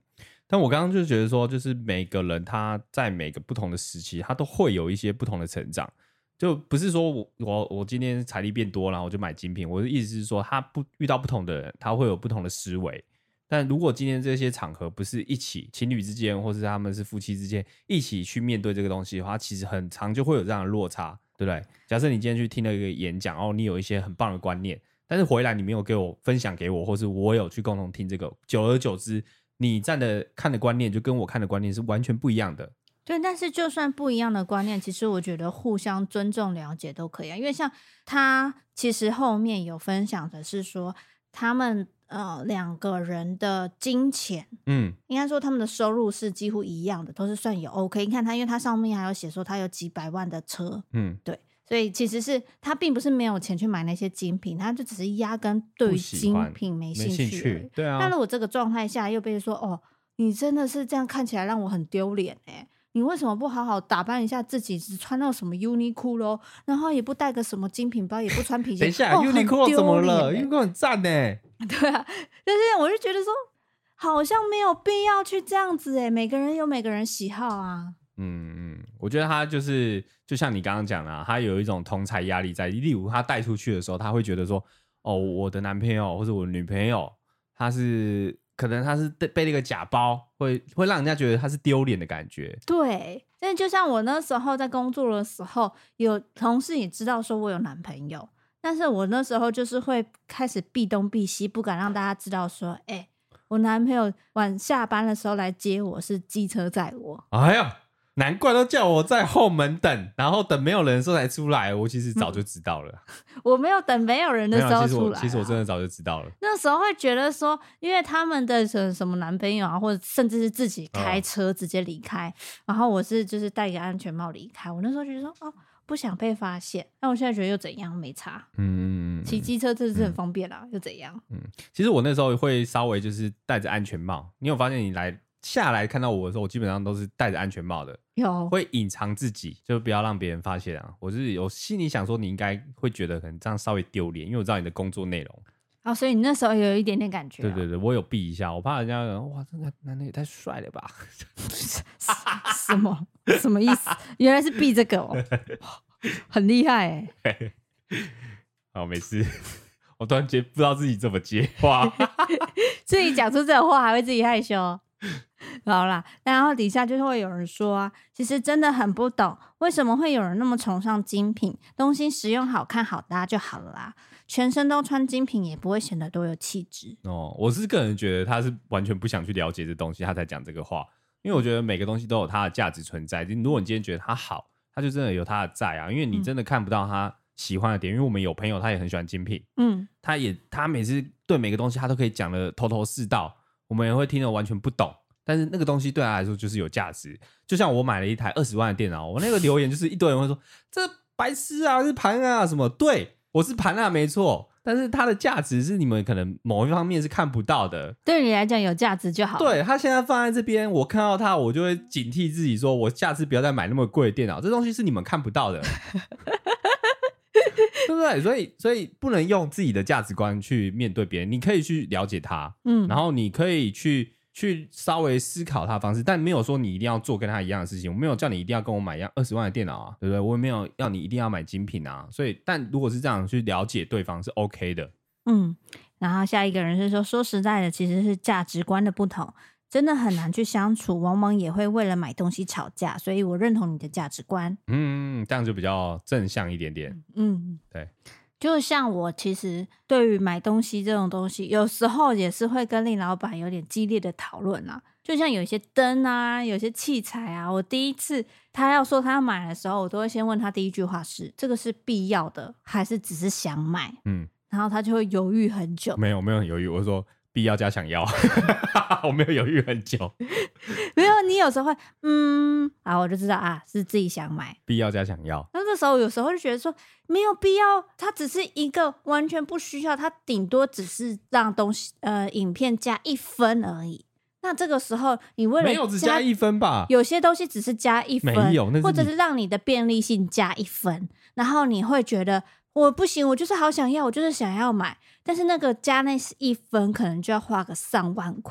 但我刚刚就觉得说，就是每个人他在每个不同的时期，他都会有一些不同的成长。就不是说我今天财力变多了，我就买精品。我的意思是说，他遇到不同的人，他会有不同的思维。但如果今天这些场合不是一起情侣之间，或是他们是夫妻之间一起去面对这个东西的话，其实很常就会有这样的落差，对不对？假设你今天去听了一个演讲，然后你有一些很棒的观念，但是回来你没有给我分享给我，或是我有去共同听这个，久而久之，你看的观念就跟我看的观念是完全不一样的。 对，但是就算不一样的观念，其实我觉得互相尊重、了解都可以啊。因为像他其实后面有分享的是说，他们2个人的金钱，应该说他们的收入是几乎一样的，都是算有 OK。你看他，因为他上面还有写说他有几百万的车，对，所以其实是他并不是没有钱去买那些精品，他就只是压根对于精品没兴趣。 对啊。 那如果这个状态下又被说哦，你真的是这样看起来让我很丢脸你为什么不好好打扮一下自己，只穿到什么 Uniqlo， 然后也不带个什么精品包，也不穿皮鞋？ 等一下，Uniqlo 怎么了？Uniqlo 很赞呢。 对啊，但是我就觉得说，好像没有必要去这样子每个人有每个人喜好啊。 我觉得他就像你刚刚讲的，他有一种同侪压力在。例如他带出去的时候，他会觉得说，哦，我的男朋友或者我的女朋友，可能他是背了一个假包，会让人家觉得他是丢脸的感觉。 对，但就像我那时候在工作的时候，有同事也知道说我有男朋友，但是我那时候就是会开始避东避西，不敢让大家知道说，我男朋友晚下班的时候来接我，是机车载我。 哎呀，难怪都叫我在后门等，然后等没有人的时候才出来。我其实早就知道了。 我没有等没有人的时候出来。 其实我真的早就知道了。 那时候会觉得说，因为他们的什么男朋友啊，或者甚至是自己开车直接离开，然后我是就是戴个安全帽离开。我那时候觉得说，不想被发现。但我现在觉得又怎样，没差。骑机车真的是很方便啦，又怎样？ 其实我那时候会稍微就是戴着安全帽。你有发现你下来看到我的时候，我基本上都是戴着安全帽的，会隐藏自己，就不要让别人发现啊。我是有心里想说，你应该会觉得可能这样稍微丢脸，因为我知道你的工作内容。 所以你那时候有一点点感觉。 对，我有避一下，我怕人家哇，这个男的也太帅了吧？ 什么意思？原来是避这个很厉害好，没事。我突然间不知道自己怎么接话， 自己讲出这种话还会自己害羞。好啦，然后底下就会有人说其实真的很不懂，为什么会有人那么崇尚精品东西，实用好看好搭就好了啦，全身都穿精品也不会显得多有气质。 我是个人觉得他是完全不想去了解这东西，他才讲这个话。因为我觉得每个东西都有它的价值存在，如果你今天觉得它好，它就真的有它的在啊。因为你真的看不到他喜欢的点，因为我们有朋友他也很喜欢精品，他每次对每个东西他都可以讲的头头是道，我们也会听得完全不懂。但是那个东西对他来说就是有价值。就像我买了一台20万的电脑，我那个留言就是一堆人会说这白痴啊，是盘啊什么。对，我是盘啊没错，但是它的价值是你们可能某一方面是看不到的， 对你来讲有价值就好。 对，他现在放在这边，我看到它我就会警惕自己说，我下次不要再买那么贵的电脑，这东西是你们看不到的。对不对？所以不能用自己的价值观去面对别人，你可以去了解他，然后你可以去稍微思考他的方式，但没有说你一定要做跟他一样的事情。我没有叫你一定要跟我买一样20万的电脑啊，对不对？我也没有要你一定要买精品啊。所以，但如果是这样去了解对方是 OK 的。 然后下一个人是说实在的，其实是价值观的不同，真的很难去相处，往往也会为了买东西吵架。所以我认同你的价值观。 这样就比较正向一点点。对。 就像我其实对于买东西这种东西，有时候也是会跟令老板有点激烈的讨论啊。就像有些灯啊，有些器材啊，我第一次他要说他要买的时候，我都会先问他第一句话是：这个是必要的，还是只是想买？然后他就会犹豫很久。 没有很犹豫，我说必要加想要。我没有犹豫很久。 没有，你有时候会我就知道是自己想买， 必要加想要。 那这时候有时候就觉得说没有必要，它只是一个完全不需要，它顶多只是让东西影片加1分而已。那这个时候你为了没有只加1分吧？ 有些东西只是加1分， 没有， 或者是让你的便利性加1分，然后你会觉得我不行，我就是好想要，我就是想要买，但是那个加那1分可能就要花个上万块。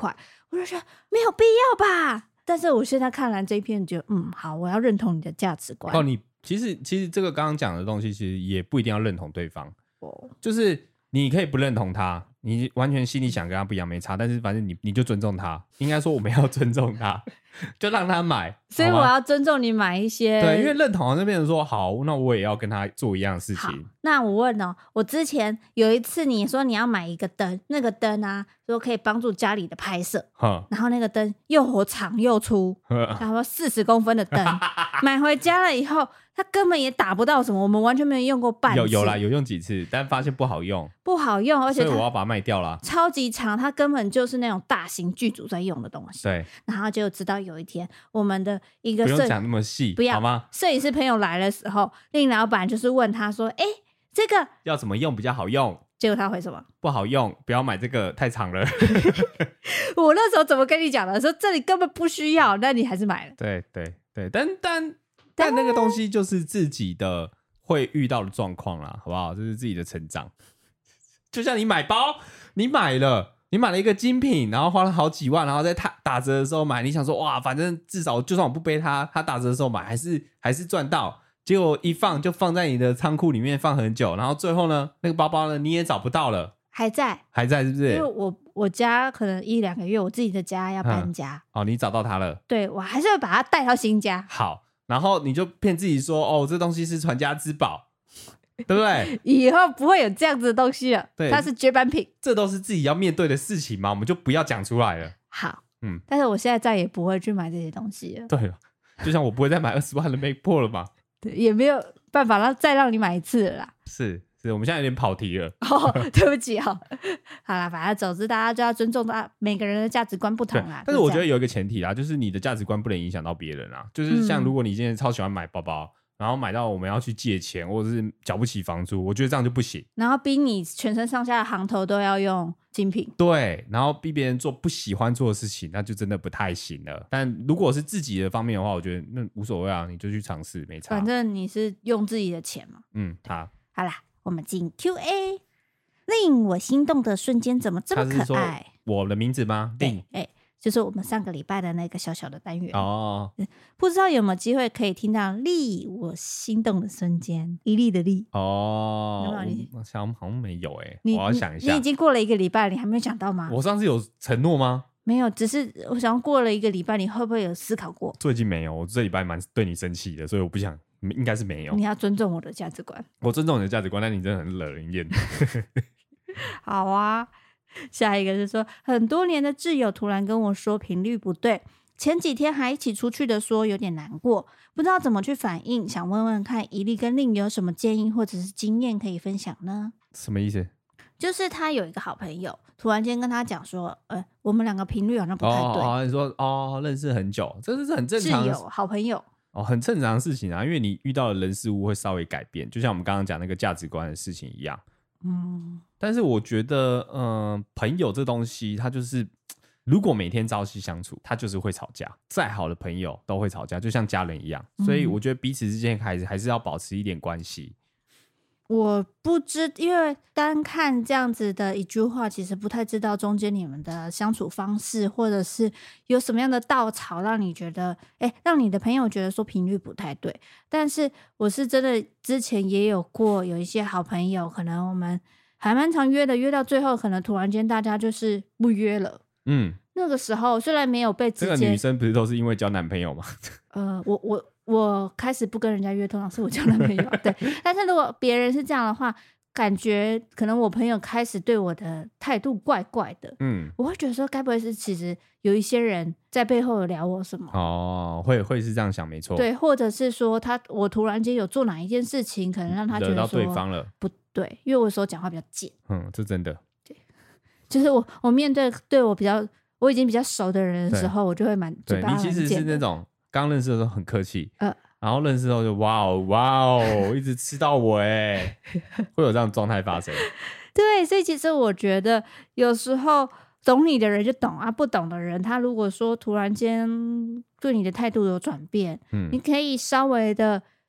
我就觉得没有必要吧。但是我现在看完这一篇，觉得好，我要认同你的价值观。 哦，你其实这个刚刚讲的东西，其实也不一定要认同对方，就是你可以不认同他，你完全心里想跟他不一样没差，但是反正你就尊重他，应该说我们要尊重他，就让他买。 所以我要尊重你买一些， 对，因为认同那边说好，那我也要跟他做一样的事情。 那我问哦，我之前有一次你说你要买一个灯，那个灯啊，说可以帮助家里的拍摄，然后那个灯又长又粗，然后40公分的灯，买回家了以后，它根本也打不到什么，我们完全没有用过半次。 有啦，有用几次，但发现不好用， 而且所以我要把它卖掉啦。 超级长，它根本就是那种大型剧组在用的东西。 对， 然后就知道有一天我们的一个不用讲那么细， 不要好吗？ 摄影师朋友来的时候，令老板就是问他说：“哎，这个要怎么用比较好用？” 结果他回什么？ 不好用，不要买这个，太长了。 我那时候怎么跟你讲的？说这里根本不需要，但你还是买了。 对，但那个东西就是自己的会遇到的状况啦，好不好？这是自己的成长。就像你买包，你买了一个精品，然后花了好几万，然后在它打折的时候买，你想说哇，反正至少就算我不背它打折的时候买，还是赚到。结果一放就放在你的仓库里面放很久，然后最后呢，那个包包呢你也找不到了， 还在是不是？ 因为我家可能1-2个月，我自己的家要搬家。 哦，你找到它了？ 对，我还是会把它带到新家。 好，然后你就骗自己说，哦，这东西是传家之宝。对不对？ 以后不会有这样子的东西了， 对， 它是绝版品， 这都是自己要面对的事情嘛，我们就不要讲出来了。 好，但是我现在再也不会去买这些东西了。 对了，就像我不会再买20万的 MacBook 了嘛， 对，也没有办法再让你买一次了啦。 是，我们现在有点跑题了。 哦，对不起哦。好啦，反正总之大家就要尊重每个人的价值观不同啦。 但是我觉得有一个前提啦，就是你的价值观不能影响到别人啊。就是像如果你今天超喜欢买包包。然后买到我们要去借钱，或者是缴不起房租，我觉得这样就不行。 然后逼你全身上下的行头都要用精品， 对，然后逼别人做不喜欢做的事情，那就真的不太行了。但如果是自己的方面的话，我觉得那无所谓啊，你就去尝试，没差。 反正你是用自己的钱嘛。 好啦，我们进 Q&A。令我心动的瞬间怎么这么可爱？ 我的名字吗？ 对，就是我们上个礼拜的那个小小的单元哦。 不知道有没有机会可以听到令我心动的瞬间，一粒的粒哦。 有没有？ 我想好像没有我要想一下。 你已经过了1个礼拜，你还没有想到吗？ 我上次有承诺吗？ 没有，只是我想过了1个礼拜，你会不会有思考过？ 最近没有，我这礼拜蛮对你生气的，所以我不想，应该是没有。 你要尊重我的价值观。 我尊重你的价值观，但你真的很惹人厌。 好啊。下一个是说，很多年的挚友突然跟我说频率不对，前几天还一起出去的说有点难过，不知道怎么去反应，想问问看一粒跟令有什么建议或者是经验可以分享呢？ 什么意思？ 就是他有一个好朋友突然间跟他讲说，我们2个频率好像不太对。 你说认识很久，这是很正常的挚友好朋友很正常的事情啊，因为你遇到的人事物会稍微改变，就像我们刚刚讲那个价值观的事情一样。但是我觉得朋友这东西它就是如果每天朝夕相处，它就是会吵架，再好的朋友都会吵架，就像家人一样，所以我觉得彼此之间还是要保持一点关系。 我不知，因为单看这样子的一句话，其实不太知道中间你们的相处方式，或者是有什么样的稻草让你觉得，让你的朋友觉得说频率不太对。但是我是真的之前也有过，有一些好朋友，可能我们还蛮常约的，约到最后可能突然间大家就是不约了。那个时候虽然没有被直接， 这个女生不是都是因为交男朋友吗？ 我开始不跟人家约，通常是我交男朋友。对，但是如果别人是这样的话，感觉可能我朋友开始对我的态度怪怪的。我会觉得说，该不会是其实有一些人在背后有聊我什么？ 会是这样想，没错。 对，或者是说我突然间有做哪一件事情，可能让他觉得说惹到对方了， 不对，因为我有时候讲话比较贱。 这真的。 对，就是我面对我已经比较熟的人的时候，我就会嘴巴对，你其实是那种刚认识的时候很客气，然后认识后就哇哦，一直吃到我会有这样的状态发生。 对，所以其实我觉得有时候懂你的人就懂啊，不懂的人他如果说突然间对你的态度有转变，你可以稍微的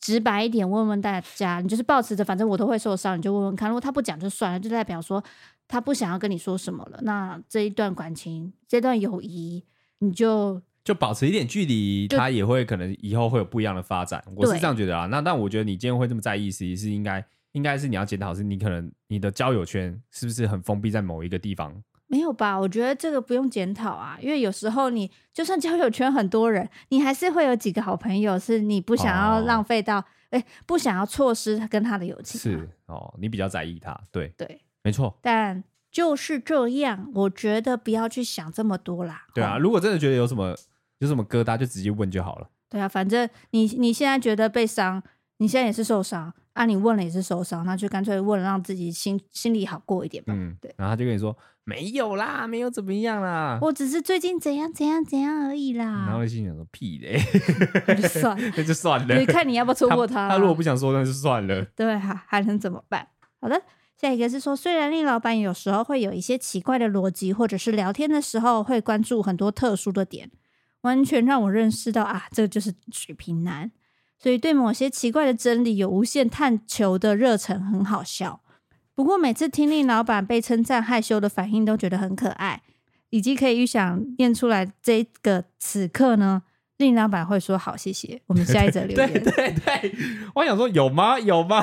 直白一点问问大家，你就是抱持着反正我都会受伤，你就问问看，如果他不讲就算了，就代表说他不想要跟你说什么了，那这一段感情这段友谊你就保持一点距离，他也会可能以后会有不一样的发展，我是这样觉得啊。但我觉得你今天会这么在意，其实是应该是你要检讨，是你可能你的交友圈是不是很封闭在某一个地方？ 没有吧？我觉得这个不用检讨啊，因为有时候你就算交友圈很多人，你还是会有几个好朋友是你不想要浪费到，不想要错失跟他的友情、 是你比较在意他，对，没错。 但就是这样，我觉得不要去想这么多啦。 对啊，如果真的觉得有什么疙瘩，就直接问就好了。 对啊，反正你现在觉得被伤，你现在也是受伤啊，你问了也是受伤，那就干脆问了，让自己心里好过一点吧。对。 然后他就跟你说没有啦，没有怎么样啦， 我只是最近怎样而已啦。 然后心想说屁嘞， 那就算了， 那就算了。 你看你要不要戳破他？ 他如果不想说，那就算了。 对啊，还能怎么办？好的。下一个是说，虽然令老板有时候会有一些奇怪的逻辑，或者是聊天的时候会关注很多特殊的点，完全让我认识到啊，这就是水瓶男，所以对某些奇怪的真理有无限探求的热忱，很好笑。不过每次听令老板被称赞害羞的反应，都觉得很可爱，以及可以预想念出来这个此刻呢，令老板会说好谢谢。我们下一则留言。 对，我想说有吗？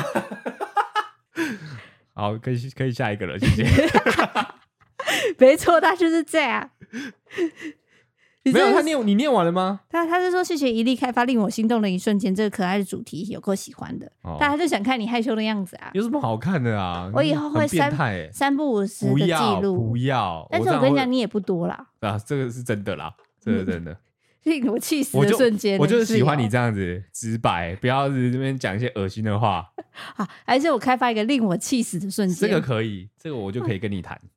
好，可以下一个了，谢谢。 没错，他就是这样。 没有你念完了吗？ 他是说谢谢一力开发令我心动的一瞬间，这个可爱的主题有够喜欢的。大家就想看你害羞的样子啊。 有什么好看的啊？ 我以后会三不五时的记录， 不要。 但是我跟你讲，你也不多啦。 啊，这个是真的啦，这个真的。 令我气死的瞬间， 我就是喜欢你这样子直白，不要是这边讲一些恶心的话。 好，还是我开发一个令我气死的瞬间， 这个可以，这个我就可以跟你谈。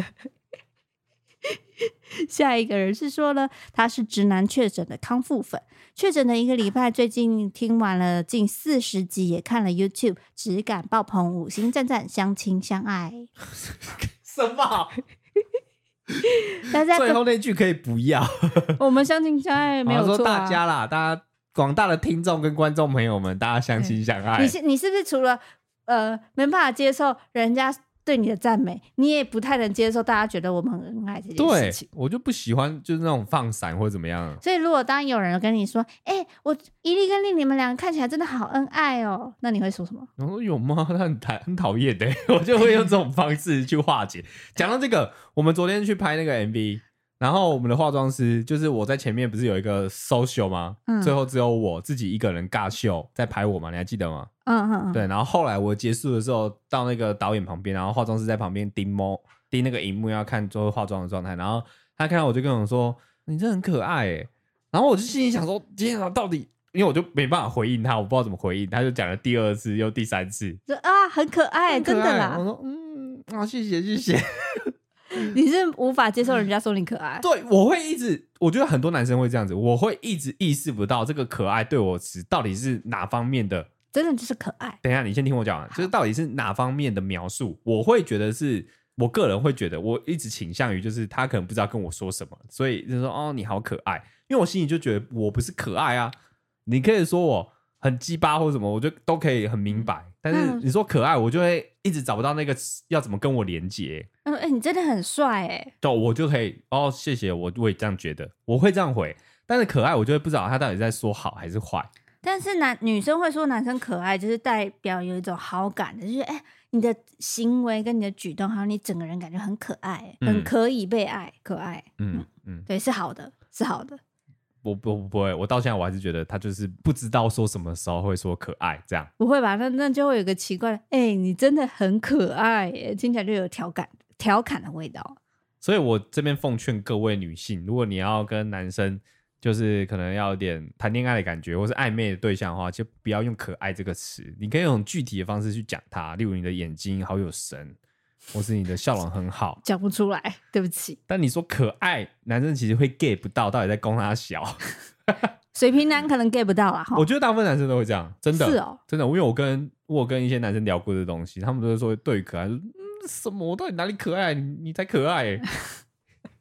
下一个人是说呢，他是直男确诊的康复粉，确诊的1个礼拜，最近听完了近40集，也看了 YouTube， 质感爆棚，5星赞赞，相亲相爱。 什么？ 大家最后那句可以不要。 我们相亲相爱没有错、啊。 说大家啦，大家广大的听众跟观众朋友们，大家相亲相爱。 你是不是除了没办法接受人家对你的赞美，你也不太能接受大家觉得我们很恩爱这件事情？ 对，我就不喜欢就是那种放闪或者怎么样。 所以如果当有人跟你说我一力跟令你们两个看起来真的好恩爱哦，那你会说什么？ 我说有吗？他很讨厌的，我就会用这种方式去化解。讲到这个，我们昨天去拍那个 MV， 然后我们的化妆师就是我在前面不是有一个 social 吗？最后只有我自己一个人尬秀在拍我嘛，你还记得吗？对，然后后来我结束的时候到那个导演旁边，然后化妆师在旁边盯那个荧幕要看最后化妆的状态，然后他看到我就跟我说你真的很可爱耶，然后我就心里想说天啊，到底因为我就没办法回应他，我不知道怎么回应，他就讲了第2次又第3次， 说啊很可爱，真的啦。 我说谢谢。 你是无法接受人家说你可爱？ 对，我觉得很多男生会这样子，我会一直意识不到这个可爱对我到底是哪方面的， 真的就是可爱。 等一下，你先听我讲，就是到底是哪方面的描述，我会觉得是我个人会觉得，我一直倾向于就是他可能不知道跟我说什么，所以就说你好可爱，因为我心里就觉得我不是可爱啊，你可以说我很鸡巴或什么，我就都可以很明白。但是你说可爱，我就会一直找不到那个要怎么跟我连接。 你真的很帅哎！ 对，我就可以谢谢，我也这样觉得，我会这样回。但是可爱，我就会不知道他到底在说好还是坏。 但是女生会说男生可爱，就是代表有一种好感的，就是你的行为跟你的举动，还有你整个人感觉很可爱，很可以被爱，可爱。对，是好的，是好的。 我不会，我到现在我还是觉得他就是不知道说什么时候会说可爱这样。 不会吧？那就会有个奇怪的，你真的很可爱耶，听起来就有调侃的味道。 所以我这边奉劝各位女性，如果你要跟男生就是可能要有点谈恋爱的感觉，或是暧昧的对象的话，就不要用可爱这个词，你可以用具体的方式去讲他，例如你的眼睛好有神，或是你的笑容很好。 讲不出来，对不起。 但你说可爱，男生其实会 get 不到到底在攻他小。 水瓶男可能 get 不到啦。 我觉得大部分男生都会这样，真的。 是哦， 真的，因为我跟一些男生聊过的东西，他们都是说对于可爱，什么我到底哪里可爱？你才可爱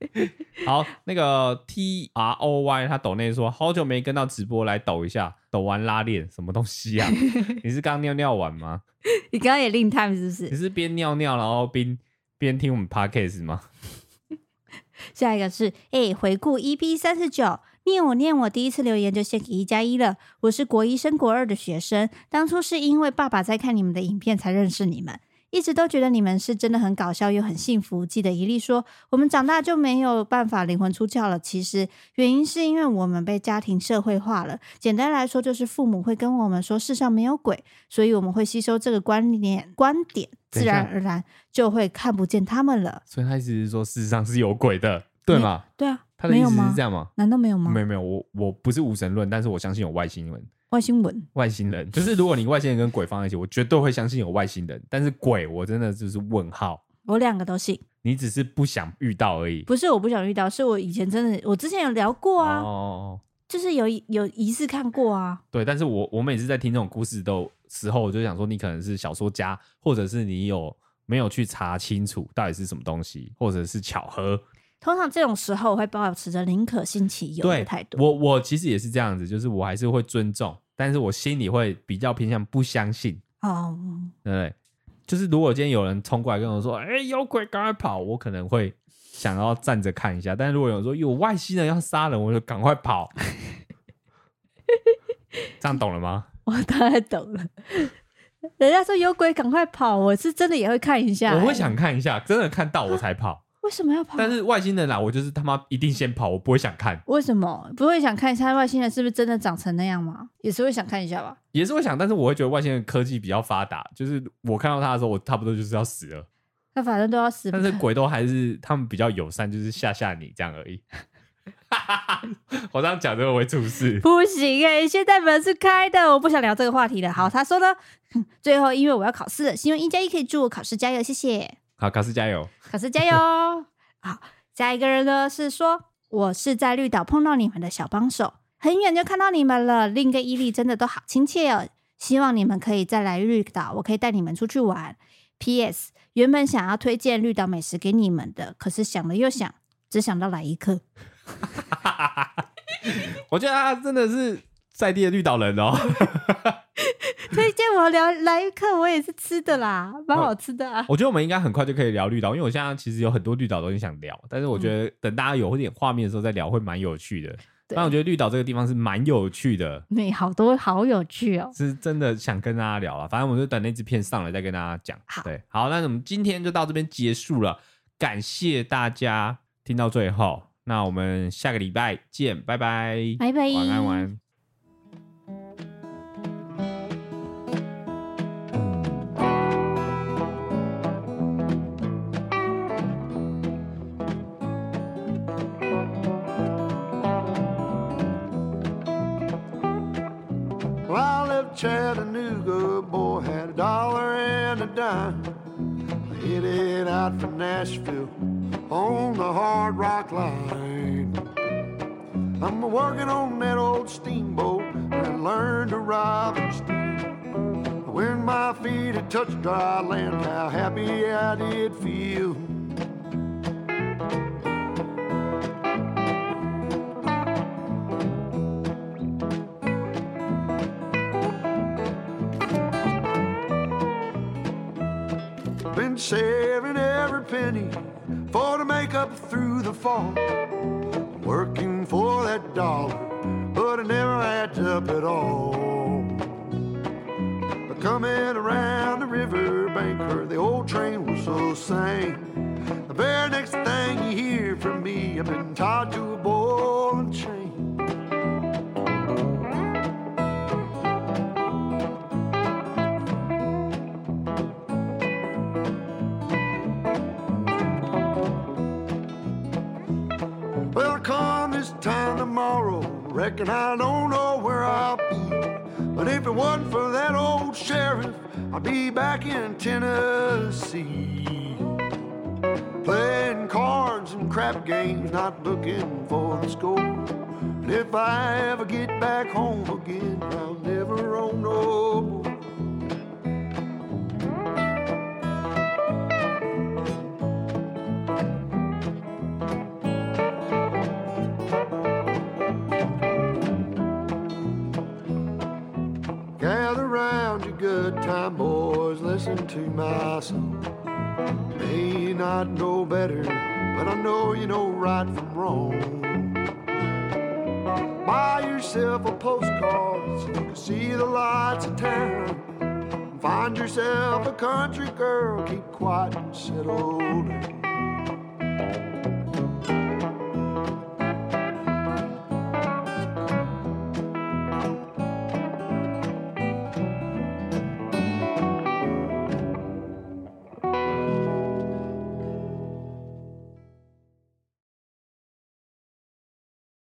好，那个 TROY 他抖内说，好久没跟到直播，来抖一下，抖完拉链什么东西啊？你是刚尿尿完吗？ 你刚刚也另 time 是不是？ 你是边尿尿然后边听我们 podcast 吗？ 下一个是回顾 EP39，念我第一次留言就献给1+1了。我是国1升国2的学生，当初是因为爸爸在看你们的影片才认识你们，一直都觉得你们是真的很搞笑又很幸福。记得一粒说我们长大就没有办法灵魂出窍了，其实原因是因为我们被家庭社会化了，简单来说就是父母会跟我们说世上没有鬼，所以我们会吸收这个观点，自然而然就会看不见他们了。 所以他意思是说世上是有鬼的，对吗？ 对啊， 他的意思没有吗是这样吗？ 难道没有吗？ 没有，我不是无神论，但是我相信有外星人。 外星人就是如果你外星人跟鬼放在一起，我绝对会相信有外星人，但是鬼我真的就是问号。 我两个都信。 你只是不想遇到而已。 不是我不想遇到，是我以前真的，我之前有聊过啊，就是有疑似看过啊。 对，但是我每次在听这种故事的时候，我就想说，你可能是小说家，或者是你没有去查清楚到底是什么东西，或者是巧合。 通常这种时候，我会保持着宁可信其有的态度。 我其实也是这样子，就是我还是会尊重，但是我心里会比较偏向不相信。 哦， 对不对？就是如果今天有人冲过来跟我说，有鬼赶快跑，我可能会想要站着看一下，但是如果有人说有外星人要杀人，我就赶快跑。这样懂了吗？ 我当然懂了。人家说有鬼赶快跑，我是真的也会看一下。 我会想看一下，真的看到我才跑。 为什么要跑？ 但是外星人啦，我就是他妈一定先跑，我不会想看。 为什么不会想看一下外星人是不是真的长成那样吗？也是会想看一下吧。 也是会想，但是我会觉得外星人科技比较发达，就是我看到他的时候，我差不多就是要死了。 那反正都要死， 但是鬼都还是他们比较友善，就是吓你这样而已。我这样讲就会出事， 不行现在门是开的，我不想聊这个话题了。好，他说呢，最后因为我要考试了，希望1+1可以祝我考试加油，谢谢。 好，考试加油， 考试加油。好，下一个人呢是说，我是在绿岛碰到你们的小帮手，很远就看到你们了，另一个伊利真的都好亲切哦，希望你们可以再来绿岛，我可以带你们出去玩。PS 原本想要推荐绿岛美食给你们的，可是想了又想，只想到来一客。 我觉得他真的是在地的绿岛人哦。 推荐我聊来一客，我也是吃的啦，蛮好吃的啊。 我觉得我们应该很快就可以聊绿岛，因为我现在其实有很多绿岛东西想聊，但是我觉得等大家有点画面的时候再聊会蛮有趣的。但我觉得绿岛这个地方是蛮有趣的， 好多好有趣哦， 是真的想跟大家聊了。反正我们就等那支片上来再跟大家讲。对，好，那我们今天就到这边结束了，感谢大家听到最后，那我们下个礼拜见，拜拜， 拜拜， 晚安，晚安。 Chattanooga, boy had $1 and a dime. Headed out for Nashville on the Hard Rock Line. I'm working on that old steamboat and learned to rob and steal. When my feet had touched dry land, how happy I did feel. Been saving every penny for to make up through the fall. Working for that dollar, but it never adds up at all. Coming around the riverbank, heard the old train whistle sing. The very next thing you hear from me, I've been tied to a ball and chain. Time tomorrow, reckon I don't know where I'll be. But if it wasn't for that old sheriff, I'd be back in Tennessee, playing cards and crap games, not looking for the score. And if I ever get back home again, I'll never own no more. good time, boys, listen to my song. May not know better, but I know you know right from wrong. Buy yourself a postcard so you can see the lights of town. Find yourself a country girl, keep quiet and settle down.